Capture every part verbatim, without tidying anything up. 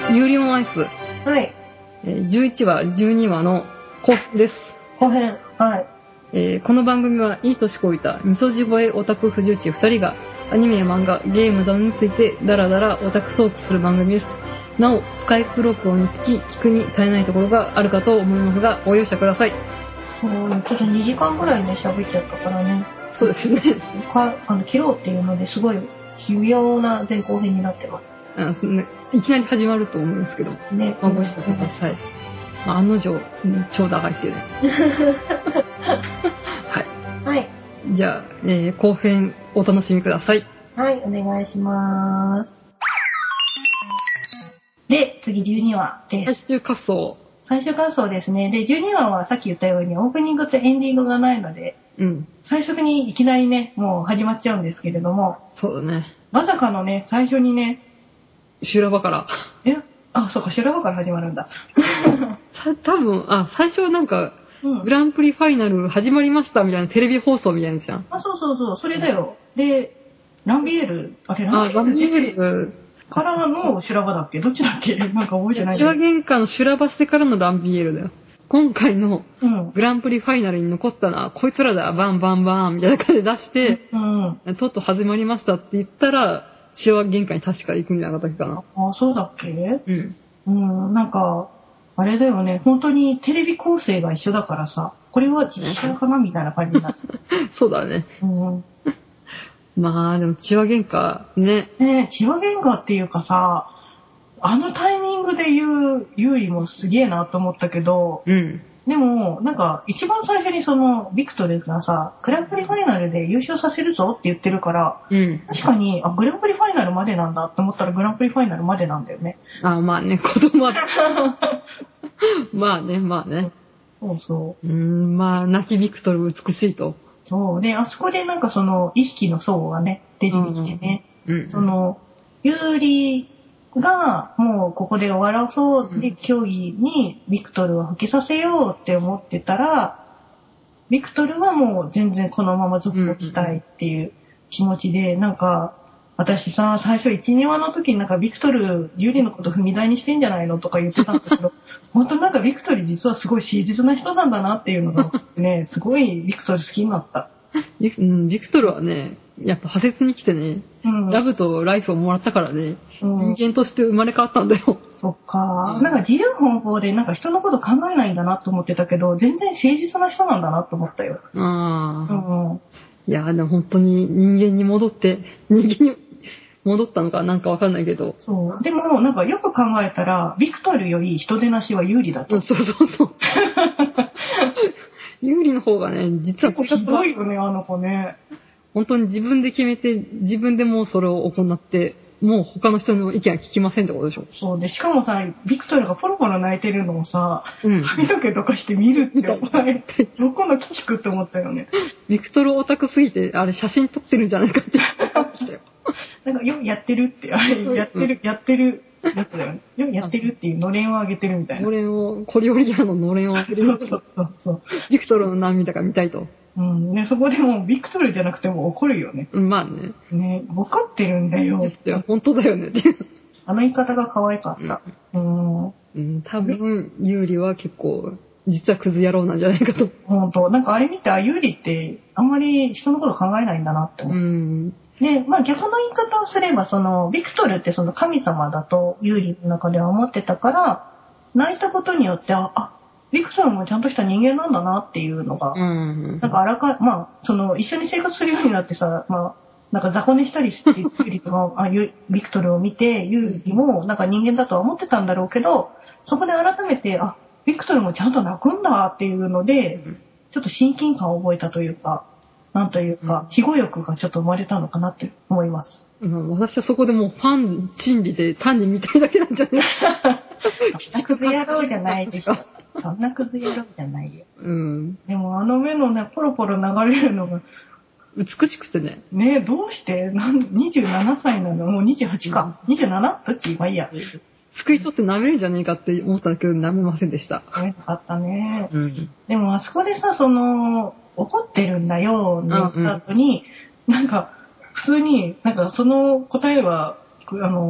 ユーリオンアイス。 はい。 えー、じゅういちわ、じゅうにわの後編です。 後編。はい。 えー、この番組はいい年こいた、みそじ声オタク不重視ふたりが、アニメや漫画、ゲームなどについてダラダラオタクトークする番組です。なお、スカイプ録音につき、聞くに絶えないところがあるかと思いますが、ご容赦ください。 そう、ちょっとにじかんぐらいね、喋っちゃったからね。 そうですね。 かあの切ろうっていうのですごい奇妙な前後編になってます。 うん、ね、いきなり始まると思うんですけど、 ね、 まあ、ご容赦ください。まあ、案の定、うん、超長いっていうね。はい。 はい。 じゃあ、えー、後編お楽しみください。 はい、お願いします。で、次じゅうにわです。 最終滑走。 最終滑走ですね。で、じゅうにわはさっき言ったようにオープニングとエンディングがないので、 うん。 最初にいきなりね、もう始まっちゃうんですけれども。 そうだね。 まさかのね、最初にね。 修羅場から。 えあ、そうか、修羅場から始まるんだ。 さ多分、あ、最初はなんか、 うん、 グランプリファイナル始まりましたみたいなテレビ放送みたいなやつじゃん。 あ、そうそうそう、それだよ。で、ランビエール、あれランビエール、 あ、ランビエールからの修羅場だっけどっちだっけなんか覚えてない。 千葉喧嘩の修羅場してからのランビエールだよ。今回のグランプリファイナルに残ったのは、うん、こいつらだ、バンバンバンみたいな感じで出して、うんうん、とっと始まりましたって言ったら、千葉喧嘩に確か行くみたいな時かな。 あ、そうだっけ？ うん。 うん、なんか、あれだよね、本当にテレビ構成が一緒だからさ、これは実写かなみたいな感じになって。 そうだね。 うん、 まあ、でも千葉喧嘩ね。 ねえ、千葉喧嘩っていうかさ、あのタイミングで言う、言うよりもすげえなと思ったけど、 うん。 でも、なんか、一番最初にその、ビクトルがさ、グランプリファイナルで優勝させるぞって言ってるから、 うん、 確かに、あ、グランプリファイナルまでなんだって思ったらグランプリファイナルまでなんだよね。 あ、まあね、子供は。まあね、まあね。 そうそう。 うーん、まあ、泣きビクトル美しいと。 そう。で、あそこでなんかその、意識の層がね、出てきてね、 うんうん、 その、有利がもうここで終わらそうで、競技にビクトルを吹きさせようって思ってたら、ビクトルはもう全然このまま続きたいっていう気持ちで、なんか私さ、最初いち、にわの時になんかビクトル有利のこと踏み台にしてんじゃないのとか言ってたんだけど、本当なんかビクトル実はすごい誠実な人なんだなっていうのがね、すごいビクトル好きになった。 うん、ビクトルはね、やっぱ派切に来てね、うん、ラブとライフをもらったからね、うん、人間として生まれ変わったんだよ。 そっか、うん、なんか自由奔放でなんか人のこと考えないんだなと思ってたけど、全然誠実な人なんだなと思ったよ。 ああ、うん、いやでも本当に人間に戻って人間に戻ったのかなんかわかんないけど。 そう。でもなんかよく考えたらビクトルより人出なしは有利だと。 そうそうそう。有利の方がね、実は結構ひどいよね、あの子ね。 本当に自分で決めて、自分でもうそれを行って、もう他の人の意見は聞きませんってことでしょ。 そうで、しかもさ、ビクトルがポロポロ泣いてるのをさ、うん、髪の毛とかして見るってお前、どこの鬼畜って思ったよね。 ビクトルオタクすぎて、あれ写真撮ってるんじゃないかって思いましたよ。 なんかよ、やってるって、あれ、やってる、やってる。やつだよね。よやってるっていうのれんをあげてるみたいな。 のれんを、コリオリアののれんをあげてる。 そうそうそう。 ビクトルの涙が見たいと。 うん。ね、そこでもうビクトルじゃなくても怒るよね。 まあね。 ね、怒ってるんだよ。 いや、本当だよね。 あの言い方が可愛かった。うん。 うん、多分、ユーリは結構、実はクズ野郎なんじゃないかと。 本当なんかあれ見て、あ、ユーリってあんまり人のこと考えないんだなって思う。うん。で、まあ逆の言い方をすれば、その、ビクトルってその神様だとユーリの中では思ってたから、泣いたことによって、あ、あビクトルもちゃんとした人間なんだなっていうのが、うん、なんかあらか、まあ、その、一緒に生活するようになってさ、まあ、なんか雑魚寝したりして、ユーリとか、あビクトルを見て、ユーリもなんか人間だとは思ってたんだろうけど、そこで改めて、あ、ビクトルもちゃんと泣くんだっていうので、ちょっと親近感を覚えたというか、なんというか、庇護欲がちょっと生まれたのかなって思います。 うん、私はそこでもうファン心理で単に見たいだけなんじゃないそんなクズ野郎じゃないでしょ。そんなクズ野郎じゃないよ。うん。でもあの目のね、ポロポロ流れるのが、 美しくてね。 ねえ、どうしてなんにじゅうななさいなのもうにじゅうはちか。にじゅうなな? どっちまあいいや。 すくい取って舐めるんじゃねえかって思ったんだけど、舐めませんでした。 舐めなかったね。うん。でもあそこでさ、その、怒ってるんだよ、ね、言った後に、うんうん、なんか、普通に、なんかその答えは、あの、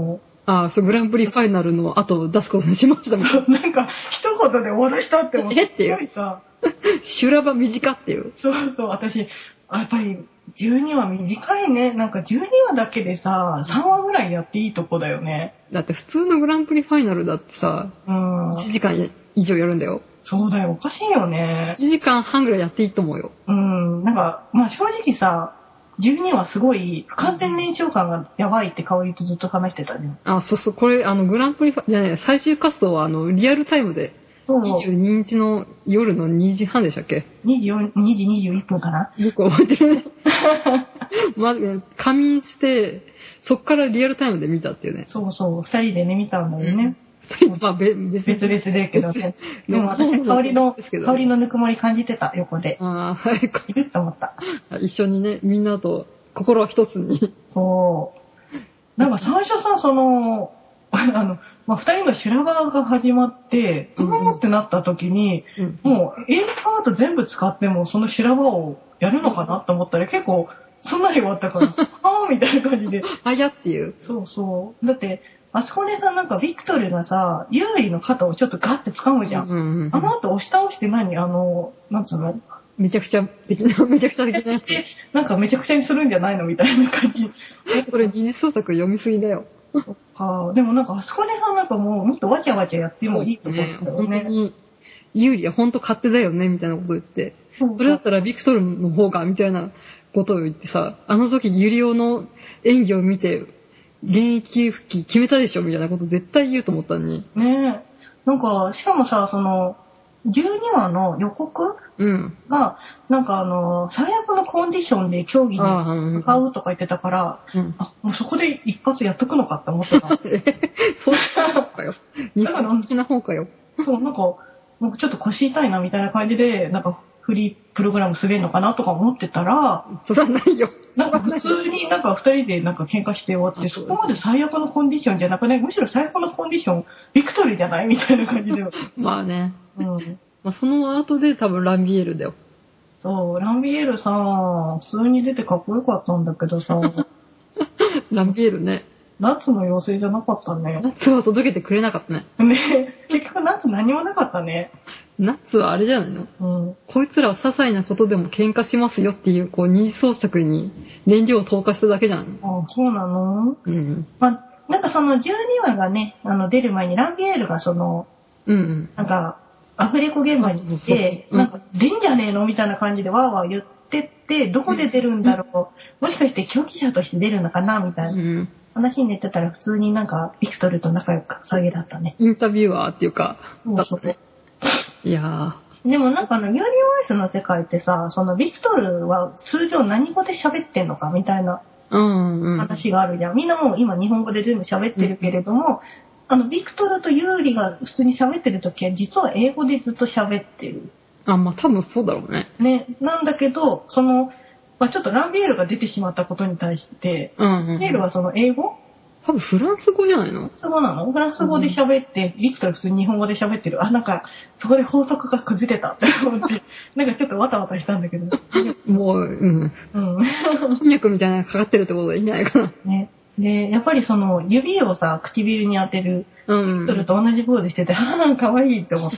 ああ、そう、グランプリファイナルの後出すことにしましたもん。 なんか、一言で終わらしたって思って。 えっていう。 さ修羅場短っていう。 そうそう、私、やっぱりじゅうにわ短いね。なんかじゅうにわだけでさ、さんわぐらいやっていいとこだよね。 だって普通のグランプリファイナルだってさ、うん、いちじかん以上やるんだよ。 そうだよ、おかしいよね。 いちじかんはんぐらいやっていいと思うよ。 うん、なんか、まあ正直さ、じゅうにわすごい不完全燃焼感がやばいって香りとずっと話してたね。 あ、そうそう、これあのグランプリファ、じゃね、最終活動はあのリアルタイムで、にじゅうににちの夜のにじはんでしたっけ ? にじにじゅういっぷんかな、 よく覚えてるね。まず、仮眠して、そっからリアルタイムで見たっていうね。 そうそう、二人でね、見たんだよね。 二、うん、人、まあ、別 々。別々でけどね。でも私、香りの、香りのぬくもり感じてた、横で。 ああ、はい。 いるって思った。 一緒にね、みんなと心は一つに。 そう。なんか最初さ、その、あの、まあ、二人の修羅場が始まって、うーんってなった時に、うんうん、もう、エンパート全部使っても、その修羅場をやるのかなと思ったら、結構、そんなに終わったから、あーみたいな感じで。 あやっていう。 そうそう。だって、あそこでさ、なんかビクトルがさ、ユーリの肩をちょっとガッて掴むじゃん。うんうんうん、あの後押し倒して何あの、なんつうのめちゃくちゃ的な、めちゃくちゃ的なやつ。 なんかめちゃくちゃにするんじゃないのみたいな感じ。 これ二次創作読みすぎだよ。 そっか。でもなんかあそこでさ、なんかもうもっとわちゃわちゃやってもいいと思うんだよね。 ね、本当に、ユーリは本当勝手だよね、みたいなこと言って。そうそう、それだったらビクトルの方が、みたいなことを言ってさ、あの時ユリオの演技を見て、現役復帰決めたでしょみたいなこと絶対言うと思ったのに。 ねえ。なんか、しかもさ、その、じゅうにわの予告が、うん、なんかあの、最悪のコンディションで競技に向かうとか言ってたから、うん、あ、もうそこで一発やっとくのかって思ってた。 えそうしたのかよ。日本的な方かよ。 そう、なんか、なんかちょっと腰痛いなみたいな感じで、なんかフリープログラム滑るのかなとか思ってたら、 それはないよ。 なんか普通になんか二人でなんか喧嘩して終わって、そこまで最悪のコンディションじゃなくね、むしろ最悪のコンディション、ビクトリーじゃないみたいな感じで。 まあね。うん。まあその後で多分ランビエールだよ。 そう、ランビエールさ、普通に出てかっこよかったんだけどさ。 ランビエールね。 夏の妖精じゃなかったね。 夏は届けてくれなかったね。 ね、結局夏何もなかったね。 夏はあれじゃないの、うん、こいつらは些細なことでも喧嘩しますよっていう、こう、二次創作に燃料を投下しただけじゃないの。 あ、そうなの？うん。まあ、なんかそのじゅうにわがね、あの、出る前にランビエールがその、うんうん。なんか、アフレコ現場に来て、うん、なんか、出んじゃねえのみたいな感じでわーわー言ってって、どこで出るんだろう、うん、もしかして競技者として出るのかなみたいな。うん話に出てたら普通になんかビクトルと仲良く騒げだったね。 インタビュアーっていうか、 そうそう。 いやー。でもなんかあの、ユーリオアイスの世界ってさ、そのビクトルは通常何語で喋ってんのかみたいな話があるじゃん。みんなもう今日本語で全部喋ってるけれども、うん、あの、ビクトルとユーリが普通に喋ってるときは実は英語でずっと喋ってる。 あ、まあ多分そうだろうね。 ね。なんだけど、その、まあ、ちょっとランビエールが出てしまったことに対して、うんうん、ランビエールはその英語多分フランス語じゃないの？ フランス語なの？フランス語で喋って、ビクトル普通に日本語で喋ってる。あ、なんか、そこで法則が崩れたって思って、なんかちょっとワタワタしたんだけど。 もう、うん。うん。翻訳みたいなのがかかってるってことでいいんじゃないかな。 ね。で、やっぱりその、指をさ、唇に当てる、ビクトルと同じポーズしてて、はぁ、かわいいって思った。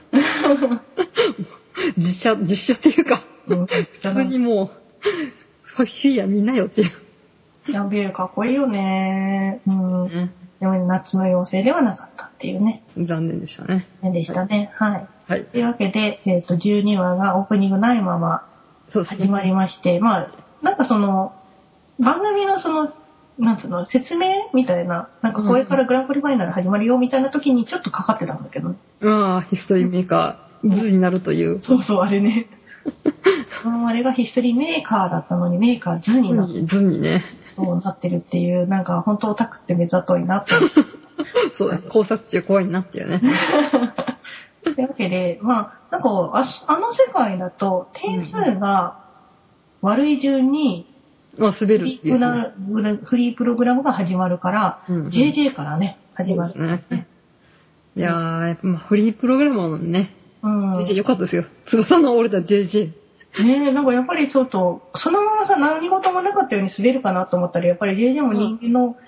実写、実写っていうか、うん、普通にもう、フィギュアみんなよっていう。 ランビエールかっこいいよね。うん。うん、でも夏の妖精ではなかったっていうね。 残念でしたね。 残念でしたね。はい。 はい。 というわけで、えっと、じゅうにわがオープニングないまま始まりまして、ね、まあ、なんかその、番組のその、なんつうの、説明みたいな、なんかこれからグランプリファイナル始まるよみたいな時にちょっとかかってたんだけどね。 うん、ああ、ヒストリーメーカー、図になるという。 そうそう、あれね。あれがヒストリーメーカーだったのにメーカー図になってる。 図にね。 そうなってるっていう、なんか本当オタクって目ざといなって。 そうだ、考察中怖いなっていうね。 というわけで、まあ、なんかあ、あの世界だと点数が悪い順に、 まあ、滑るっていう、 ね。フリープログラムが始まるから、うんうん、ジェージェー からね、始まる、ね。ね。 いやー、やっぱまあ、フリープログラムはね、うん、ジェージェー 良かったですよ。翼の折れた ジェージェー。 ねえ、なんかやっぱりちょっと、そのままさ、何事もなかったように滑るかなと思ったら、やっぱり ジェージェー も人間の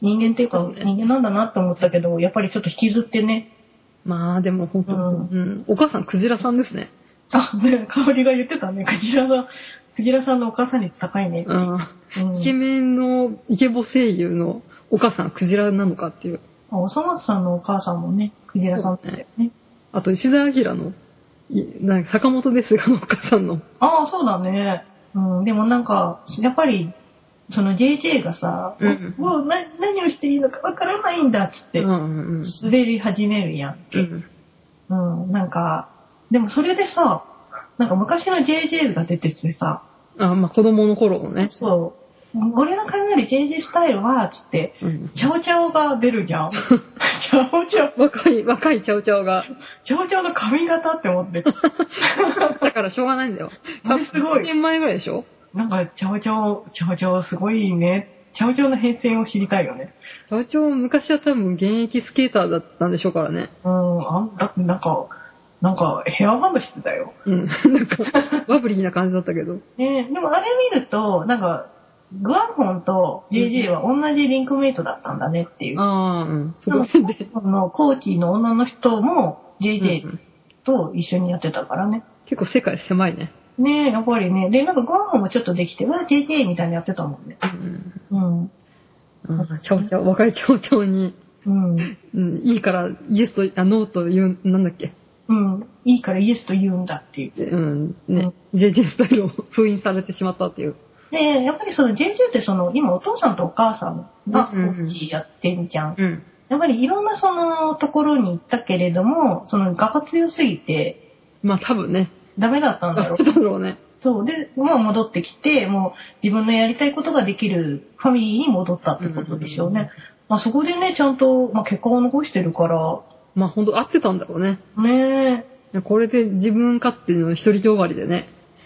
人間っていうか、 そうね人間なんだなって思ったけど、やっぱりちょっと引きずってね。 まあでも本当、 うんうん、お母さんクジラさんですね。 あ、ね、香りが言ってたね。クジラが、クジラさんのお母さん率高いねって。 うんうんイケメンのイケボ声優のお母さんクジラなのかっていう。 あ、おそ松さんのお母さんもね、クジラさんだよね。 あと石田明の、いなんか坂本ですがのお母さんの。 ああ、そうだね。うん、でもなんか、やっぱり、その ジェイジェー がさ、 うんもうな何をしていいのかわからないんだっつってうんうん滑り始めるやんけ。 うん。 うん、なんか、でもそれでさ、なんか昔の ジェイジェー が出ててさ、 あ、まあ子供の頃のね。 そう、俺の考える ジェイジェー スタイルは、つって、 うん、 チャオチャオが出るじゃん。チャオチャオ、 若い、若いチャオチャオが。 チャオチャオの髪型って思って。 だからしょうがないんだよ。 あれすごいいちねんまえぐらいでしょ。 なんか、チャオチャオ、チャオチャオすごいね。チャオチャオの変遷を知りたいよね。 チャオチャオ昔は多分現役スケーターだったんでしょうからね。 うん、あんだってなんか、なんかヘアバンドしてたよ。 うん。なんか、バブリーな感じだったけど。 ね、でもあれ見ると、なんか、グアンホンと ジェイジェー は同じリンクメイトだったんだねっていう。 ああ、うん。すごいで。 そのコーチの女の人も ジェイジェー と一緒にやってたからね。 結構世界狭いね。 ねえ、やっぱりね。で、なんかグアンホンもちょっとできて、うわ、ジェイジェー みたいにやってたもんね。 うん。 うん。 うん、チャオチャオ、若いチャオチャオに、 うん。 うん、いいからイエスと、あ、ノーと言う、なんだっけ。 うん。いいからイエスと言うんだっていう。 うん、ね、ジェイジェー スタイルを封印されてしまったっていう。 で、やっぱりその ジェイジェー ってその、今お父さんとお母さんがコーチやってんじゃん。 うん。 やっぱりいろんなそのところに行ったけれども、その我が強すぎて、 まあ多分ね。 ダメだったんだろう。 ダメだろうね。 そう。で、まあ戻ってきて、もう自分のやりたいことができるファミリーに戻ったってことでしょうね。うんうんうん、まあそこでね、ちゃんと、まあ、結果を残してるから。 まあ本当合ってたんだろうね。 ねえ。これで自分勝手の一人上がりでね。 うん。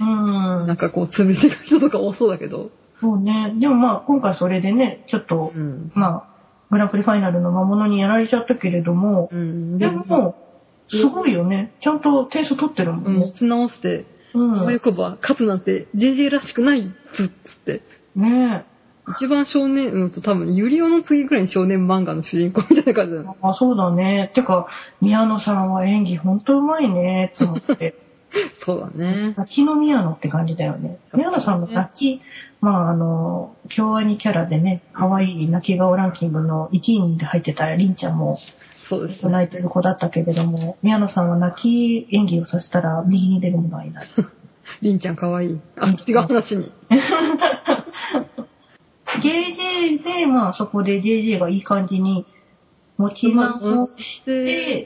なんかこう、潰れてる人とか多そうだけど。 そうね。でもまあ今回それでね、ちょっと、うん、まあ、グランプリファイナルの魔物にやられちゃったけれども、うん、でも、すごいよね。ちゃんと点数取ってるもんね。 持ち直して、うん。あわよくば、勝つなんて ジェイジェー らしくないっつって。 ねえ。 一番少年、うんと多分、ユリオの次ぐらいに少年漫画の主人公みたいな感じだね。 あ、そうだね。てか、宮野さんは演技ほんとうまいね、と思って。 そうだね。 泣きの宮野って感じだよね。宮野さんの泣き、まああの、京アニキャラでね、可愛い泣き顔ランキングのいちいに入ってたりんちゃんも、 そうですね。 泣いてる子だったけれども、宮野さんは泣き演技をさせたら右に出るものはいない。 りんちゃん可愛い。あ、違う話に。 ジェイジェー で、まあそこで ジェイジェー がいい感じに持ち直して、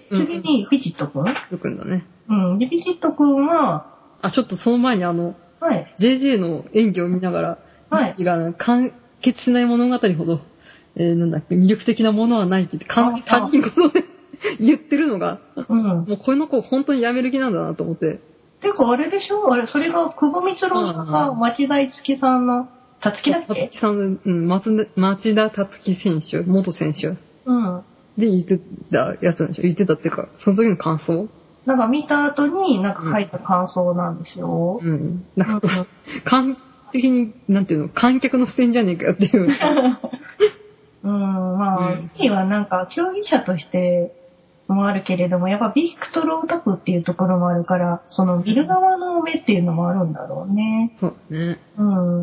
うん、次にピチットくん、 ピチットくんだね。 うん。で、ピチットくんは、 あ、ちょっとその前にあの、 はい。 ジェイジェー の演技を見ながら、 はい。 が完結しない物語ほど、えー、なんだっけ、魅力的なものはないって言って、他人事で言ってるのが、うん。もうこの子本当にやめる気なんだなと思って。 てかあれでしょあれ、それが久保光郎さんが町田五月さんの、たつきだっけ？ たつきさん、うん、松田、町田たつき選手、元選手。 うん。 で言ってたやつなんでしょ？言ってたっていうか、その時の感想？ なんか見た後になんか書いた感想なんですよ。 うん。なんか、完璧に、なんていうの、観客の視点じゃねえかよっていう。 うん、まあ、いいはなんか競技者としてもあるけれども、やっぱビクトルオタクっていうところもあるから、その見る側の目っていうのもあるんだろうね。 そうね。 うん。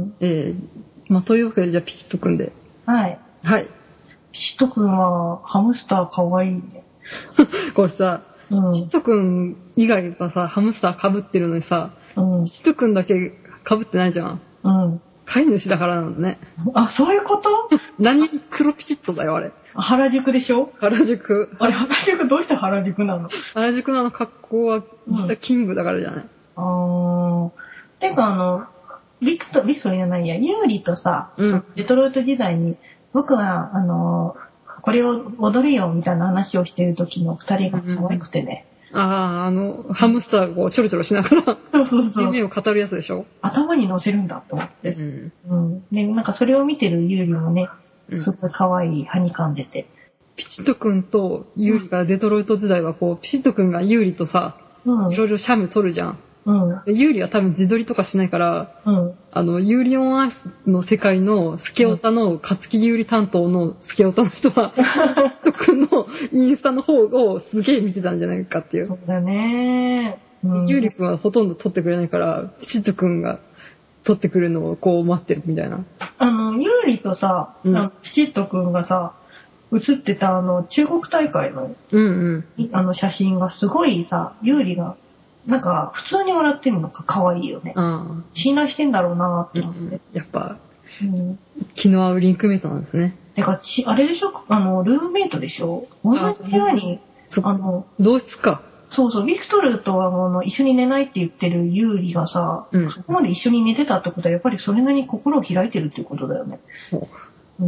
ええー、まあ、というわけで、じゃあピチッとくんで。 はい。 はい。 ピチッとくんはハムスターかわいいね。 これさ、 うん、 ピチッとくん以外はさ、ハムスター被ってるのにさ、 うん、 ピチッとくんだけ被ってないじゃん。 うん。 飼い主だからなのね。 あ、そういうこと？ 何黒ピチッとだよ、あれ。 原宿でしょ？ 原宿。 あれ、原宿どうして原宿なの？ 原宿のあの格好は、実はキングだからじゃない。 うん、あー。てかあの、ビクト、ビクトリーじゃないや、ユーリとさ、うん、デトロイト時代に、僕は、あの、これを踊れよみたいな話をしている時の二人が可愛くてね。 うん、ああ、あの、ハムスターをちょろちょろしながら、 そうそうそう。 夢を語るやつでしょ？ 頭に乗せるんだと思って。うん。うん。で、なんかそれを見てるユーリもね、すごい可愛い、はにかんでて。 ピチッとくんとユーリがデトロイト時代はこう、ピチッとくんがユーリとさ、うん、いろいろシャム取るじゃん。 うん。 ユーリは多分自撮りとかしないから、 うん。 あの、ユーリオンアイスの世界のスケオタの、勝木ユーリ担当のスケオタの人は、僕のインスタの方をすげえ見てたんじゃないかっていう。 そうだね。 うん、ユーリ君はほとんど撮ってくれないから、ピチッと君が撮ってくるのをこう待ってるみたいな。 あの、ユーリとさ、うん、ピチッと君がさ、写ってたあの、中国大会の、 うんうん、 あの写真がすごいさ、ユーリが、なんか、普通に笑ってるのが可愛いよね。 あ信頼してんだろうなって思って、うん。 やっぱ、うん、気の合うリンクメイトなんですね。 てか、ち、あれでしょあの、ルームメイトでしょ同じ部屋に、あの、 同室か。 そうそう、ビクトルとはあの一緒に寝ないって言ってるユーリがさ、うん、そこまで一緒に寝てたってことは、やっぱりそれなりに心を開いてるっていうことだよね。うん、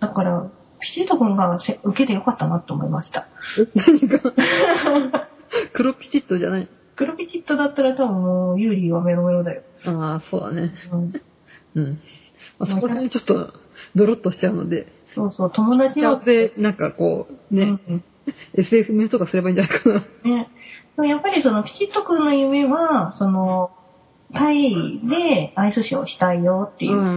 だから、ピチッと君がせ受けてよかったなと思いました。 何が黒ピチッとじゃない？ 黒ピチッとだったら多分もうユーリはメロメロだよ。 ああ、そうだね。うん。うん。まあ、そこら辺ちょっとドロッとしちゃうので。 そうそう、友達の。で、なんかこう、ね、うん、エスエフ メとかすればいいんじゃないかな。 ね。でもやっぱりそのピチッと君の夢は、その、タイでアイスショーしたいよっていう。うん、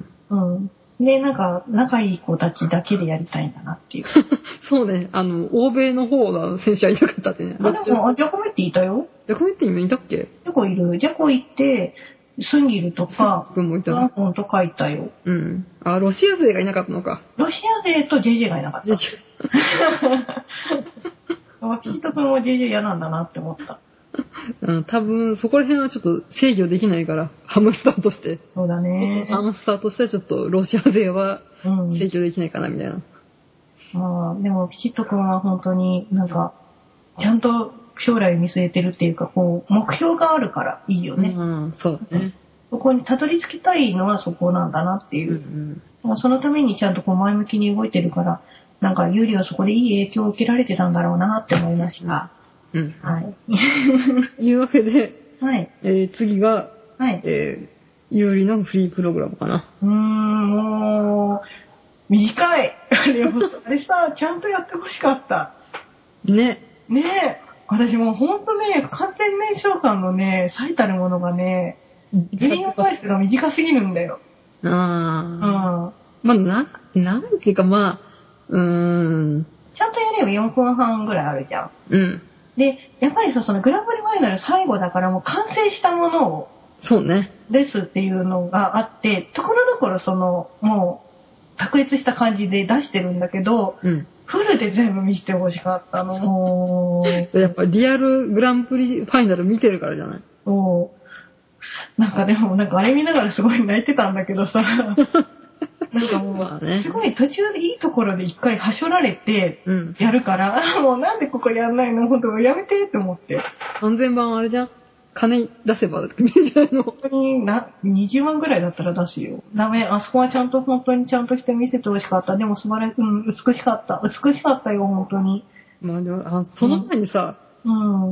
うん。うんで、なんか、仲いい子たちだけでやりたいんだなっていう。 そうね。あの、欧米の方の選手はいなかったってね。 あ、でも、ジャコメッティいたよ。 ジャコメッティ今いたっけ？ ジャコいる。ジャコ行って、スンギルとか、 君もいた。 ランコンとかいたよ。 うん。あ、ロシア勢がいなかったのか。 ロシア勢と ジェイジェイ がいなかった。ジェイジェイ。ピチッと君も ジェイジェイ 嫌なんだなって思った。 うん、多分、そこら辺はちょっと制御できないから、ハムスターとして。 そうだね。 ハムスターとしてはちょっと、ロシア勢は制御できないかな、みたいな。 うん、まあ、でも、ピチッと君は本当になんか、ちゃんと将来を見据えてるっていうか、こう、目標があるからいいよね。 うん、そうだね。 そこにたどり着きたいのはそこなんだなっていう。うんうん、そのためにちゃんとこう前向きに動いてるから、なんか、ユーリはそこでいい影響を受けられてたんだろうなって思いました。うん。はい。 いうわけで、 はい。 えー、次が、 はい。 えー、ユーリのフリープログラムかな。 うーん、もう、短い。あれ、あれさ、ちゃんとやってほしかった。 ね。 ねえ。私もうほんとね、完全燃焼感のね、最たるものがね、ジェリーの回数が短すぎるんだよ。 ああ。うん。まあ、な、なんていうかまあ、うーん。 ちゃんとやればよんぷんはんぐらいあるじゃん。 うん。 で、やっぱりさ、そのグランプリファイナル最後だからもう完成したものを、 そうね。 ですっていうのがあって、ところどころその、もう、卓越した感じで出してるんだけど、うん、フルで全部見せてほしかったの。もう。やっぱリアルグランプリファイナル見てるからじゃない？ そう。なんかでも、なんかあれ見ながらすごい泣いてたんだけどさ、なんかもう、すごい途中でいいところで一回はしょられて、やるから、うん、もうなんでここやんないの？本当やめてって思って。 完全版あれじゃん？金出せば見れちゃうの？ 本当にな、にじゅうまんぐらいだったら出すよ。ダメ、あそこはちゃんと本当にちゃんとして見せてほしかった。でも素晴らしい、うん、美しかった。美しかったよ、本当に。 まあでも、あその前にさ、 うん。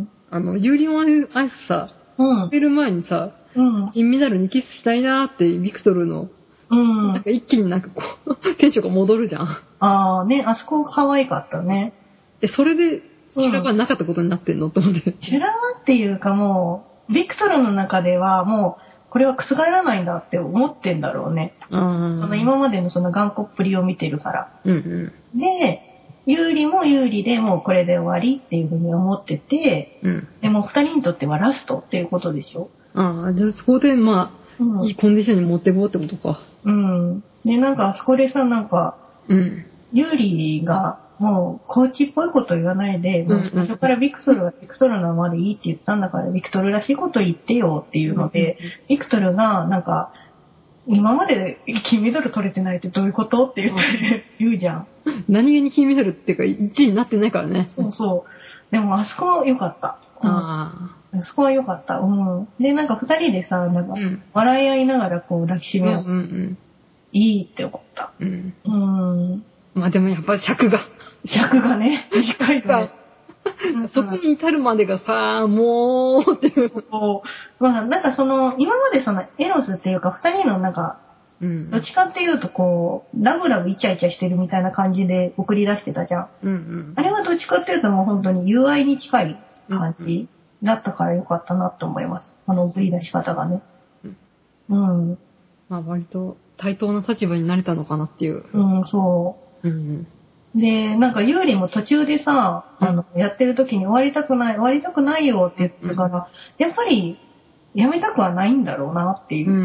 あの、ユーリオンアイスさ、うん。出る前にさ、うん。金メダルにキスしたいなーって、ビクトルの、うん。なんか一気になんかこう、テンションが戻るじゃん。 ああ、ね、あそこ可愛かったね。 え、それで、修羅場なかったことになってんの、うん、と思って。 修羅場っていうかもう、ビクトルの中ではもう、これは覆らないんだって思ってんだろうね。うん。その今までのその頑固っぷりを見てるから。うんうん。で、有利も有利でもうこれで終わりっていうふうに思ってて、うん。でも二人にとってはラストっていうことでしょ。 ああ、じゃあそこでまあ、うん、いいコンディションに持っていこうってことか。 うん。で、なんかあそこでさ、なんか、うん。有利が、もう、コーチっぽいこと言わないで、もう最初からビクトルはビクトルのままでいいって言ったんだから、ビクトルらしいこと言ってよっていうので、ビクトルが、なんか、今まで金メダル取れてないってどういうことって言って、言うじゃん。 何気に金メダルっていうか、いちいになってないからね。 そうそう。でも、あそこは良かった。うん、ああ。あそこは良かった。うん。で、なんか二人でさ、なんか、笑い合いながらこう抱きしめよう。うんうんうん、いいって思った。うん。うんまあでもやっぱ尺が。 尺がね、短いから。 そこに至るまでがさ、もう、っていう。 まあなんかその、今までそのエロスっていうか二人のなんか、うん、どっちかっていうとこう、ラブラブイチャイチャしてるみたいな感じで送り出してたじゃん。うんうん、あれはどっちかっていうともう本当に友愛に近い感じ。うんだったからよかったなって思います。あの送り出し方がね。うん。うん、 まあ割と対等な立場になれたのかなっていう。 うん、そう。うん、で、なんかユーリも途中でさ、あの、やってる時に終わりたくない、終わりたくないよって言ってるから、やっぱりやめたくはないんだろうなっていう。うん、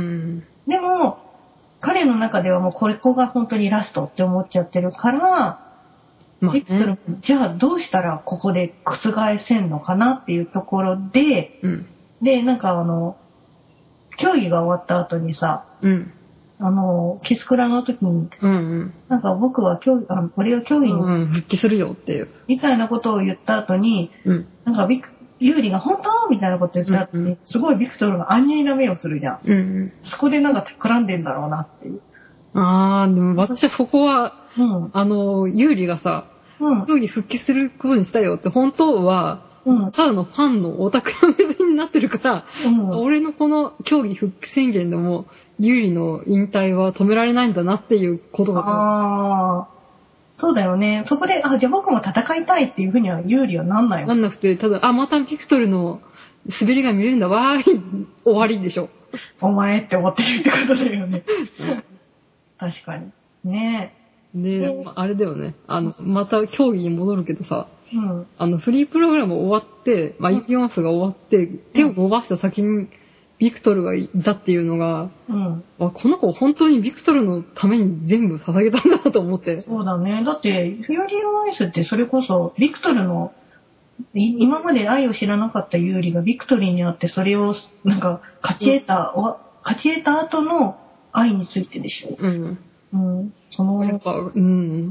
でも、彼の中ではもうこれこが本当にラストって思っちゃってるから、まあね、じゃあどうしたらここで覆せんのかなっていうところで、うん、で、なんかあの、競技が終わった後にさ、うん、あの、キスクラの時に、うんうん、なんか僕は競技、あ、俺が競技に、うん、 復帰するよっていう。 みたいなことを言った後に、うん、なんかビク、ユーリが本当みたいなこと言った後に、うんうん、すごいビクトルが安入な目をするじゃん。うんうん、そこでなんか企んでんだろうなっていう。 あー、でも私はそこは、うん、あの、ユーリがさ、うん、競技復帰することにしたよって本当は、うん、ただのファンのオタクの目線になってるから、うん、俺のこの競技復帰宣言でも、ユーリの引退は止められないんだなっていうことが。 ああ、そうだよね。そこで、あ、じゃあ僕も戦いたいっていうふうにはユーリはなんないよ。 なんなくて、ただ、あ、またビクトルの滑りが見れるんだ、わーい、終わりでしょ。 お前って思ってるってことだよね。確かに。ねえ。で、あれだよね。あの、また競技に戻るけどさ、うん、あの、フリープログラム終わって、まあ、イビオンスが終わって、手を伸ばした先にビクトルがいたっていうのが、うん、あ、この子本当にビクトルのために全部捧げたんだなと思って。 そうだね。だって、フューリーオンアイスってそれこそ、ビクトルの、今まで愛を知らなかったユーリがビクトリーにあって、それを、なんか、勝ち得た、うん、勝ち得た後の愛についてでしょ。うん。うん。その、 やっぱ、うん。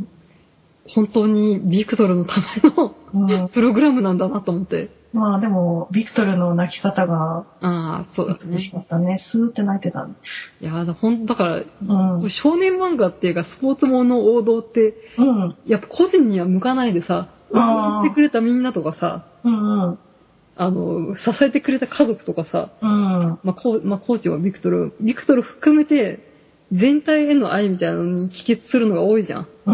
本当にビクトルのための、うん、プログラムなんだなと思って。 まあでも、ビクトルの泣き方が、 ああ、そうだね。 美しかったね。スーって泣いてた、ね。 いやだ、ほんだから、うん、少年漫画っていうか、スポーツものの王道って、うん、やっぱ個人には向かないでさ、応援してくれたみんなとかさ、うんうん、あの、支えてくれた家族とかさ、うん、まあ、コまあ、コーチはビクトル、ビクトル含めて、全体への愛みたいなのに帰結するのが多いじゃん。うん、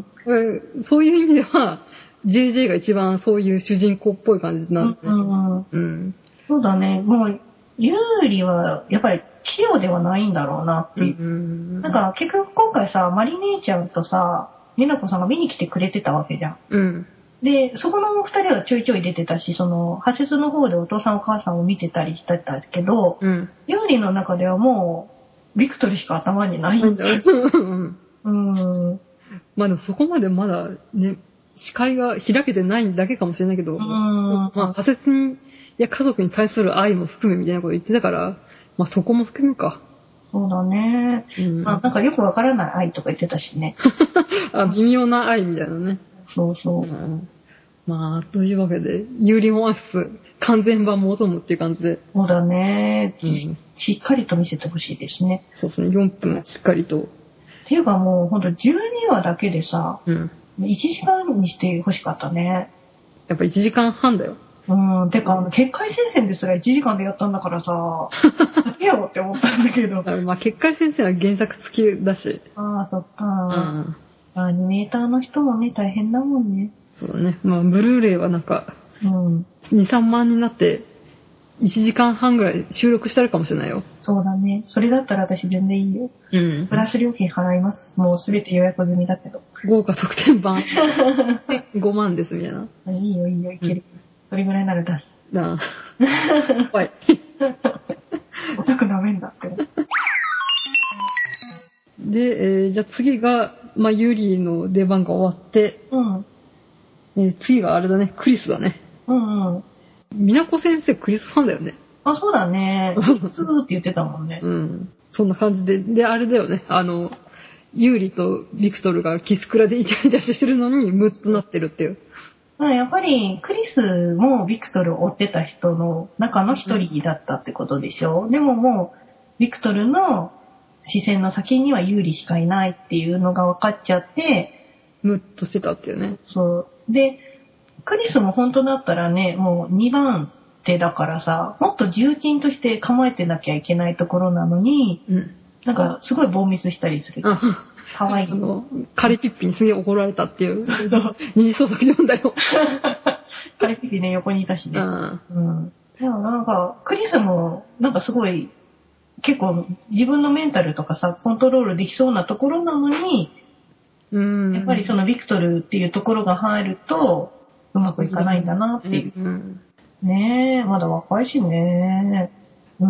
そういう意味では、ジェイジェイ が一番そういう主人公っぽい感じなんで、ね。うんうんうん、そうだね。もう、ユーリはやっぱり器用ではないんだろうなっていう。うんうんうん、なんか結局今回さ、マリ姉ちゃんとさ、美奈子さんが見に来てくれてたわけじゃん。うん、で、そこの二人はちょいちょい出てたし、その、派切の方でお父さんお母さんを見てたりしてたんですけど、うん、ユーリの中ではもう、ビクトルしか頭にないんだよ。 うん。まあでもそこまでまだね、視界が開けてないだけかもしれないけど、うん、まあ仮説に、いや家族に対する愛も含めみたいなこと言ってたから、まあそこも含めか。 そうだね。うん、あ、なんかよくわからない愛とか言ってたしね。 あ、微妙な愛みたいなね。 そうそう。うん、 まあ、というわけで、ユーリオンアイス完全版求むっていう感じで。 そうだね、うん。しっかりと見せてほしいですね。 そうですね、よんぷんしっかりと。 っていうかもうほんとじゅうにわだけでさ、うん、いちじかんにしてほしかったね。 やっぱいちじかんはんだよ。 うん、てか、あの、結界戦線ですらいちじかんでやったんだからさ、いやよって思ったんだけど。 まあ、結界戦線は原作付きだし。 ああ、そっか。うんアニメーターの人もね、大変だもんね。 そうだね。まあ、ブルーレイはなんか、うん、に、さんまんになって、いちじかんはんぐらい収録してるかもしれないよ。 そうだね。それだったら私全然いいよ。うん。プラス料金払います。もうすべて予約済みだけど。 豪華特典版。ごまんです、みたいな。 いいよ、いいよ、いける。うん、それぐらいなら出す。 なあ。はい。 オタクなめんだって。 で、えー、じゃあ次が、まあ、ユーリの出番が終わって、うん。えー、次があれだね、クリスだね。うんうん。美奈子先生クリスファンだよね。 あ、そうだね。ツーって言ってたもんね。 うん。そんな感じで。で、あれだよね。あの、ユーリとビクトルがキスクラでイチャイチャしてるのにムッとなってるっていう。 まあ、やっぱりクリスもビクトルを追ってた人の中の一人だったってことでしょ。うん、でももう、ビクトルの視線の先にはユーリしかいないっていうのが分かっちゃって、 ムッとしてたっていうね。 そう。で、クリスも本当だったらね、もうにばん手だからさ、もっと重鎮として構えてなきゃいけないところなのに、うん、なんかすごい暴密したりする。かわいい。 あの、カレピッピにすげえ怒られたっていう。二次創作読んだよ。 カレピ時期ね、横にいたしね。 うん。 うん。でもなんか、クリスも、なんかすごい、結構自分のメンタルとかさ、コントロールできそうなところなのに、 うん。 やっぱりそのビクトルっていうところが入ると、うまくいかないんだなっていう。 うん。 ねえ、まだ若いしね。うん。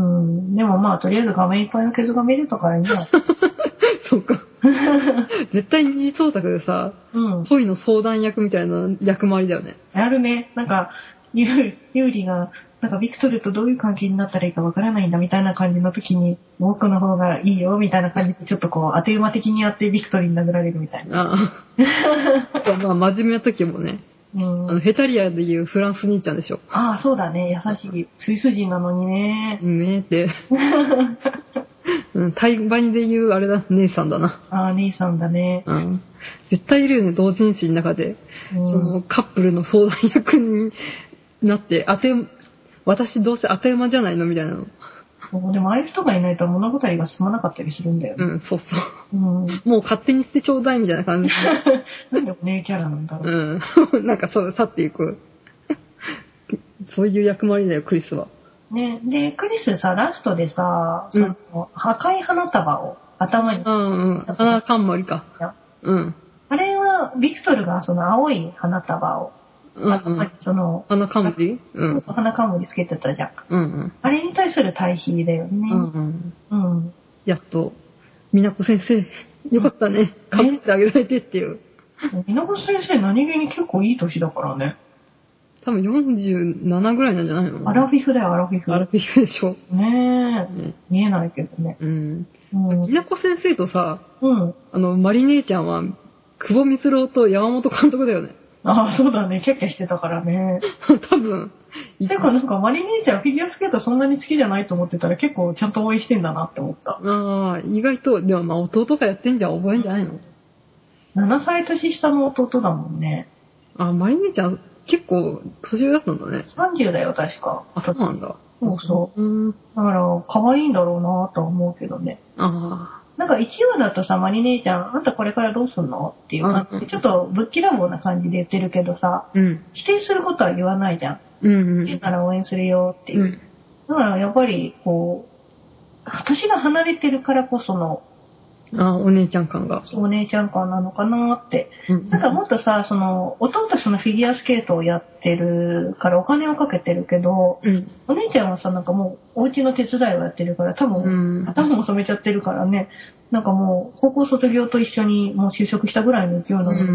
でもまあ、とりあえず画面いっぱいの傷が見れたからいいんだ。 そうか。絶対二次創作でさ、 うん。 恋の相談役みたいな役回りだよね。 やるね。なんか、ユーリが、なんかビクトルとどういう関係になったらいいかわからないんだみたいな感じの時に、僕の方がいいよみたいな感じでちょっとこう当て馬的にやってビクトルに殴られるみたいな。 ああ。まあ真面目な時もね、うん、あのヘタリアでいうフランス兄ちゃんでしょ。 ああ、そうだね。優しい。スイス人なのにね。 ねえって。うん、タイバニで言うあれだ、姉さんだな。 ああ、姉さんだね。 うん。絶対いるよね、同人誌の中で。うん、そのカップルの相談役になって、当て、私どうせ当て馬じゃないのみたいなの。 でもああいう人がいないと物語が進まなかったりするんだよね。 うん、そうそう。 うん、 もう勝手にしてちょうだいみたいな感じ。 なんでお姉キャラなんだろう。うん。なんかそう、去っていく。そういう役回りだよ、クリスは。 ね、で、クリスさ、ラストでさ、その、うん、赤い花束を頭に。 うんうん。花冠か。うん。 あれは、ビクトルがその青い花束を、 うんうん、 その、 花冠うん。 花冠つけてたじゃん。 うんうん。 あれに対する対比だよね。 うんうん。 うん。 やっと、美奈子先生、よかったね。かぶってあげられてっていう。 美奈子先生何気に結構いい年だからね。 多分よんじゅうななぐらいなんじゃないの？ アラフィフだよ、アラフィフ。 アラフィフでしょ。 ねえ。ね見えないけどね。 うん。美奈子先生とさ、 うん。 あの、マリ姉ちゃんは、久保光郎と山本監督だよね。 ああ、そうだね。キャッキャしてたからね。 多分。 てかなんかマリ姉ちゃんフィギュアスケートそんなに好きじゃないと思ってたら結構ちゃんと応援してんだなって思った。 ああ、意外と、でもまあ弟がやってんじゃ覚えんじゃないの？ ななさい年下の弟だもんね。 あ、マリ姉ちゃん結構年上だったんだね。 さんじゅうだよ、確か。 あ、そうなんだ。 そうそう。うん、だから、可愛いんだろうなとは思うけどね。 ああ。 なんかいちわだとさ、マリ姉ちゃん、あんたこれからどうすんのっていう感じで、ちょっとぶっきらぼうな感じで言ってるけどさ、 うん、 否定することは言わないじゃん。 うんうん。 言うなら応援するよっていう。うん、だからやっぱり、こう、年が離れてるからこその、 あ、お姉ちゃん感が。 お姉ちゃん感なのかなって。うん、なんかもっとさ、その、弟そのフィギュアスケートをやってるからお金をかけてるけど、うん、お姉ちゃんはさ、なんかもうお家の手伝いをやってるから多分、うん、頭も染めちゃってるからね、なんかもう高校卒業と一緒にもう就職したぐらいの勢いなので、うん、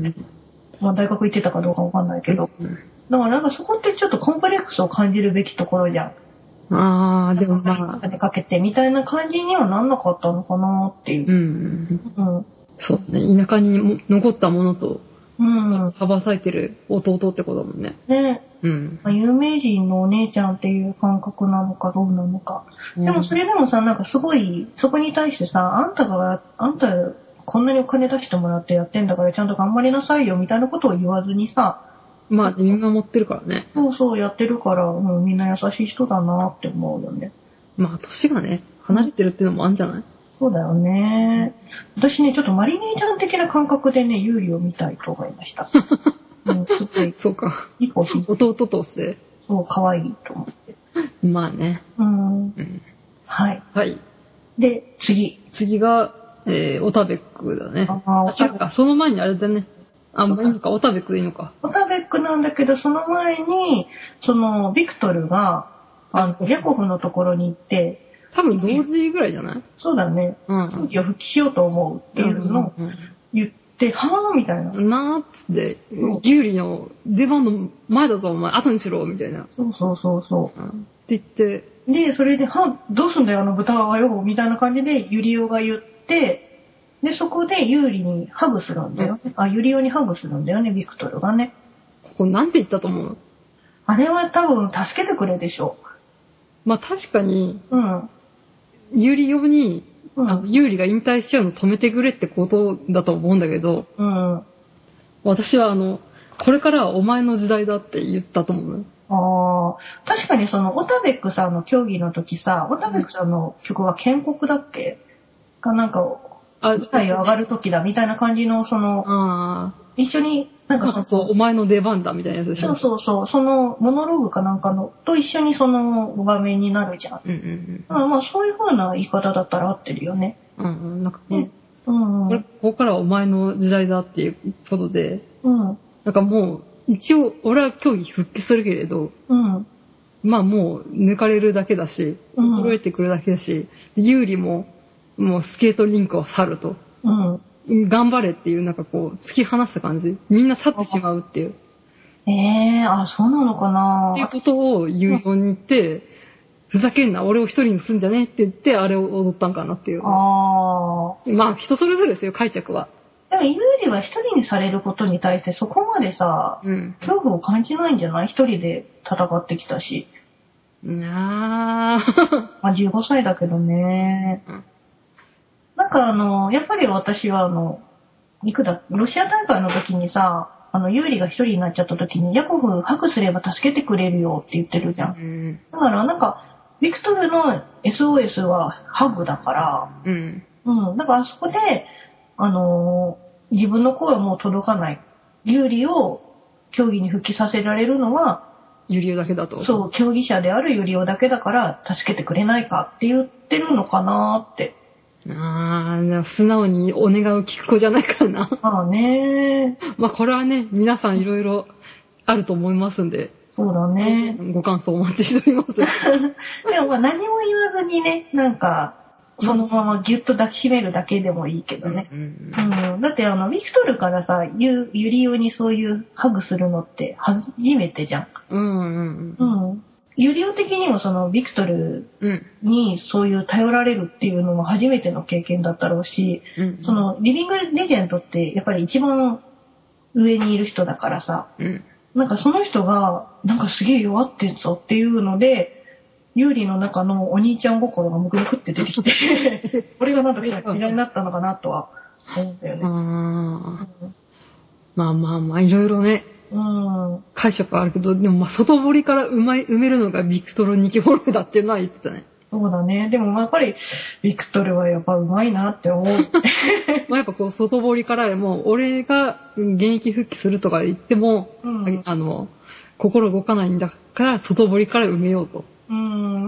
まあ大学行ってたかどうかわかんないけど、うん、だからなんかそこってちょっとコンプレックスを感じるべきところじゃん。 ああ、でもまあ。 金かけてみたいな感じにはなんなかったのかなっていう。うん。 うん。そうね。田舎に残ったものと、 うん。 羽ばさいてる弟ってことだもんね。 ね。 うん。 まあ、有名人のお姉ちゃんっていう感覚なのかどうなのか。うん、でもそれでもさ、なんかすごい、そこに対してさ、あんたが、あんたこんなにお金出してもらってやってんだからちゃんと頑張りなさいよみたいなことを言わずにさ、 まあ自分が持ってるからね。 そうそうやってるから、うん、みんな優しい人だなって思うよね。 まあ年がね、離れてるっていうのもあるんじゃない？ そうだよね。私ね、ちょっとマリ姉ちゃん的な感覚でね、ユーリを見たいと思いました。うん、すごい。 そうか。 一歩弟として。 そう、可愛いと思って。 まあね。 うん。うん、はい。 はい。 で、次。 次が、えー、オタベックだね。ああ、違うか。その前にあれだね。あ、もういいのか、オタベックでいいのか。 オタベックなんだけど、その前に、その、ビクトルが、あの、ヤコフのところに行って、 多分同時ぐらいじゃない？ そうだね。 うん。 空気を復帰しようと思うっていうのを言って、はぁみたいな。 なーっつって、有利の出番の前だぞ、お前、後にしろ、みたいな。 そうそうそうそう。 うん、って言って、 で、それで、はどうすんだよ、あの豚はよ、みたいな感じで、ユリオが言って、で、そこでユーリにハグするんだよね。うん、あ、ユリオにハグするんだよね、ビクトルがね。 ここなんて言ったと思う？ あれは多分、助けてくれでしょ。 まあ確かに、 うん。 ユーリ用に、 うん、 あのユーリが引退しちゃうの止めてくれってことだと思うんだけど、 うん。 私はあの、これからはお前の時代だって言ったと思う。 ああ、確かにその、オタベックさんの競技の時さ、オタベックさんの曲は建国だっけかなんか、舞台上がる時だみたいな感じの、その、 あ一緒になんかそう、お前の出番だみたいなやつでしょ。 そうそうそう、そのモノローグかなんかのと一緒にその場面になるじゃん。 うんうんうん。まあそういう風な言い方だったら合ってるよね。 うんうん、なんかね、 うんうん、 これここからはお前の時代だっていうことで、 うん、 なんかもう一応俺は競技復帰するけれど、 うん、 まあもう抜かれるだけだし、衰えてくるだけだし、有利ももうスケートリンクを去ると。 うん。 頑張れっていう、なんかこう、突き放した感じ。みんな去ってしまうっていう。 ええー、あ、そうなのかなっていうことを言うように言って、ふざけんな、俺を一人にすんじゃねって言って、あれを踊ったんかなっていう。ああ。まあ、人それぞれですよ、解釈は。 でも、有利は一人にされることに対してそこまでさ、うん、恐怖を感じないんじゃない？一人で戦ってきたし。 いやー。まあ、じゅうごさいだけどね。うん、なんかあの、やっぱり私はあの、いくだ、ロシア大会の時にさ、あの、有利が一人になっちゃった時に、ヤコフハグすれば助けてくれるよって言ってるじゃん。うん、だからなんか、ビクトルの エスオーエス はハグだから、うん。うん。だからあそこで、あのー、自分の声はもう届かない。有利を競技に復帰させられるのは、 ユリオだけだと。 そう、競技者であるユリオだけだから、助けてくれないかって言ってるのかなって。 ああ、素直にお願いを聞く子じゃないからな。 まあね。 まあこれはね、皆さんいろいろあると思いますんで。 そうだね。 ご感想お待ちしております。 でもまあ何も言わずにね、なんか、そのままギュッと抱きしめるだけでもいいけどね。うん、うん、だってあの、ビクトルからさ、ユユリオにそういうハグするのって初めてじゃん。うんうんうん。うん。ユリオ的にもそのビクトルにそういう頼られるっていうのも初めての経験だったろうし、うんうん、そのリビングレジェンドってやっぱり一番上にいる人だからさ、うん、なんかその人がなんかすげえ弱ってんぞっていうので、ユーリの中のお兄ちゃん心がムクムクって出てきて、これがなんか嫌いになったのかなとは思ったよね。うん、 まあまあまあいろいろね。うん、解釈あるけど、でもまあ外堀から埋ま埋めるのがビクトル・ニキフォルだっていうのは言ってたね。 そうだね。でもやっぱりビクトルはやっぱ上手いなって思う。 まあやっぱこう外堀からもう俺が現役復帰するとか言っても、うん、あの心動かないんだから外堀から埋めようと。 うん、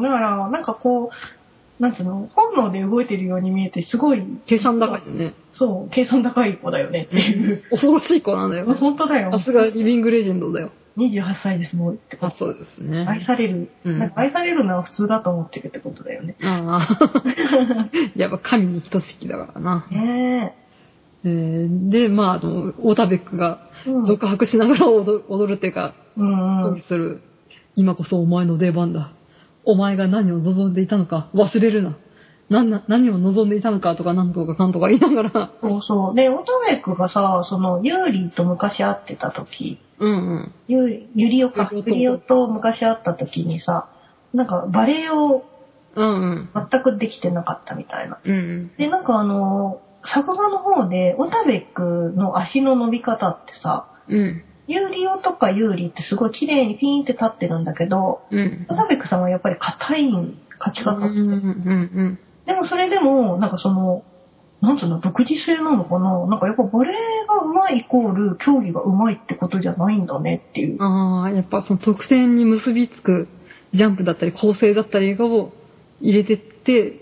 だからなんかこうなんつうの本能で動いてるように見えてすごい計算高いよね。 そう、計算高い子だよねっていう。 恐ろしい子なんだよ。 本当だよ。 さすがリビングレジェンドだよ。 にじゅうはっさいですもんってこと。 あ、そうですね。 愛される、うん。なんか愛されるのは普通だと思ってるってことだよね。ああ。やっぱ神に等しきだからな。ねえー、で、まあ、あの、オータベックが続白しながら踊る、踊るっていうか、抗議する。今こそお前の出番だ。お前が何を望んでいたのか忘れるな。何, 何を望んでいたのかとか何とかかんとか言いながら。 そうそう。で、オタベックがさ、その、ユーリと昔会ってた時、うんうん。ユユリオか。ユリオと昔会った時にさ、なんかバレエを全くできてなかったみたいな。うんうん、で、なんかあの、作画の方で、オタベックの足の伸び方ってさ、うん、ユーリオとかユーリってすごい綺麗にピーンって立ってるんだけど、うん、オタベックさんはやっぱり硬い書き方って。うんうんうんでもそれでも、なんかその、なんつうの、独自性なのかななんかやっぱバレエが上手いイコール競技が上手いってことじゃないんだねっていう。ああ、やっぱその得点に結びつくジャンプだったり構成だったりを入れてって、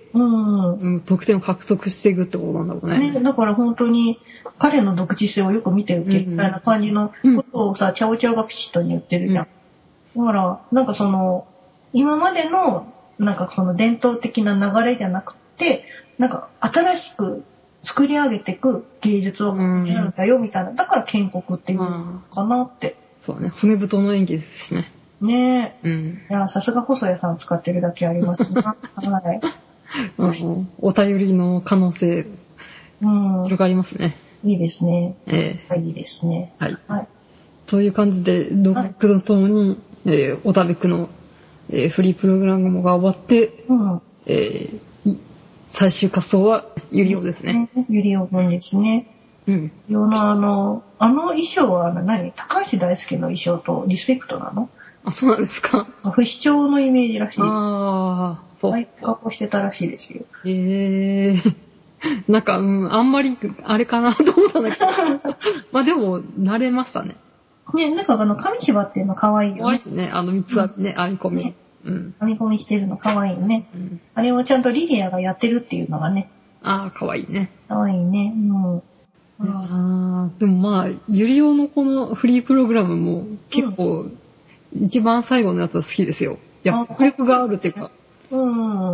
うん、得点を獲得していくってことなんだろうね。ね、だから本当に彼の独自性をよく見てるみたいな感じのことをさ、うん、チャオチャオがピシッと言ってるじゃん。うん、だから、なんかその、今までのなんかその伝統的な流れじゃなくて、なんか新しく作り上げていく芸術をやるんだよみたいな。だから建国っていうのかなって。 そうね。骨太の演技ですしね。 ねえ。うん。いや、さすが細谷さん使ってるだけありますな。はい。 うん、お便りの可能性、うん。広がりますね。 いいですね。ええー。はい、いいですね。 はい。はい。という感じで、ドックとともに、えー、オタベックのえー、フリープログラムが終わって、うんえー、最終滑走はユリオですね。 ユリオ分ですね。うん。よのあの、あの衣装は何高橋大輔の衣装とリスペクトなの？ あ、そうなんですか。 不死鳥のイメージらしい。ああ、そう。はい、格好してたらしいですよ。へえー。 なんか、うん、あんまり、あれかなと思ったんだけど。まあでも、慣れましたね。 ね、なんかあの、紙芝っていうの可愛いよね。 可愛いね。あの三つはね、編み込み。 ねうん。 編み込みしてるの可愛いよね。 うん、 あれをちゃんとリリアがやってるっていうのがね。 ああ、可愛いね。 可愛いね。うん。 ああ、でもまあ、ゆりおのこのフリープログラムも結構、一番最後のやつは好きですよ。いや、迫力があるっていうか、 うん。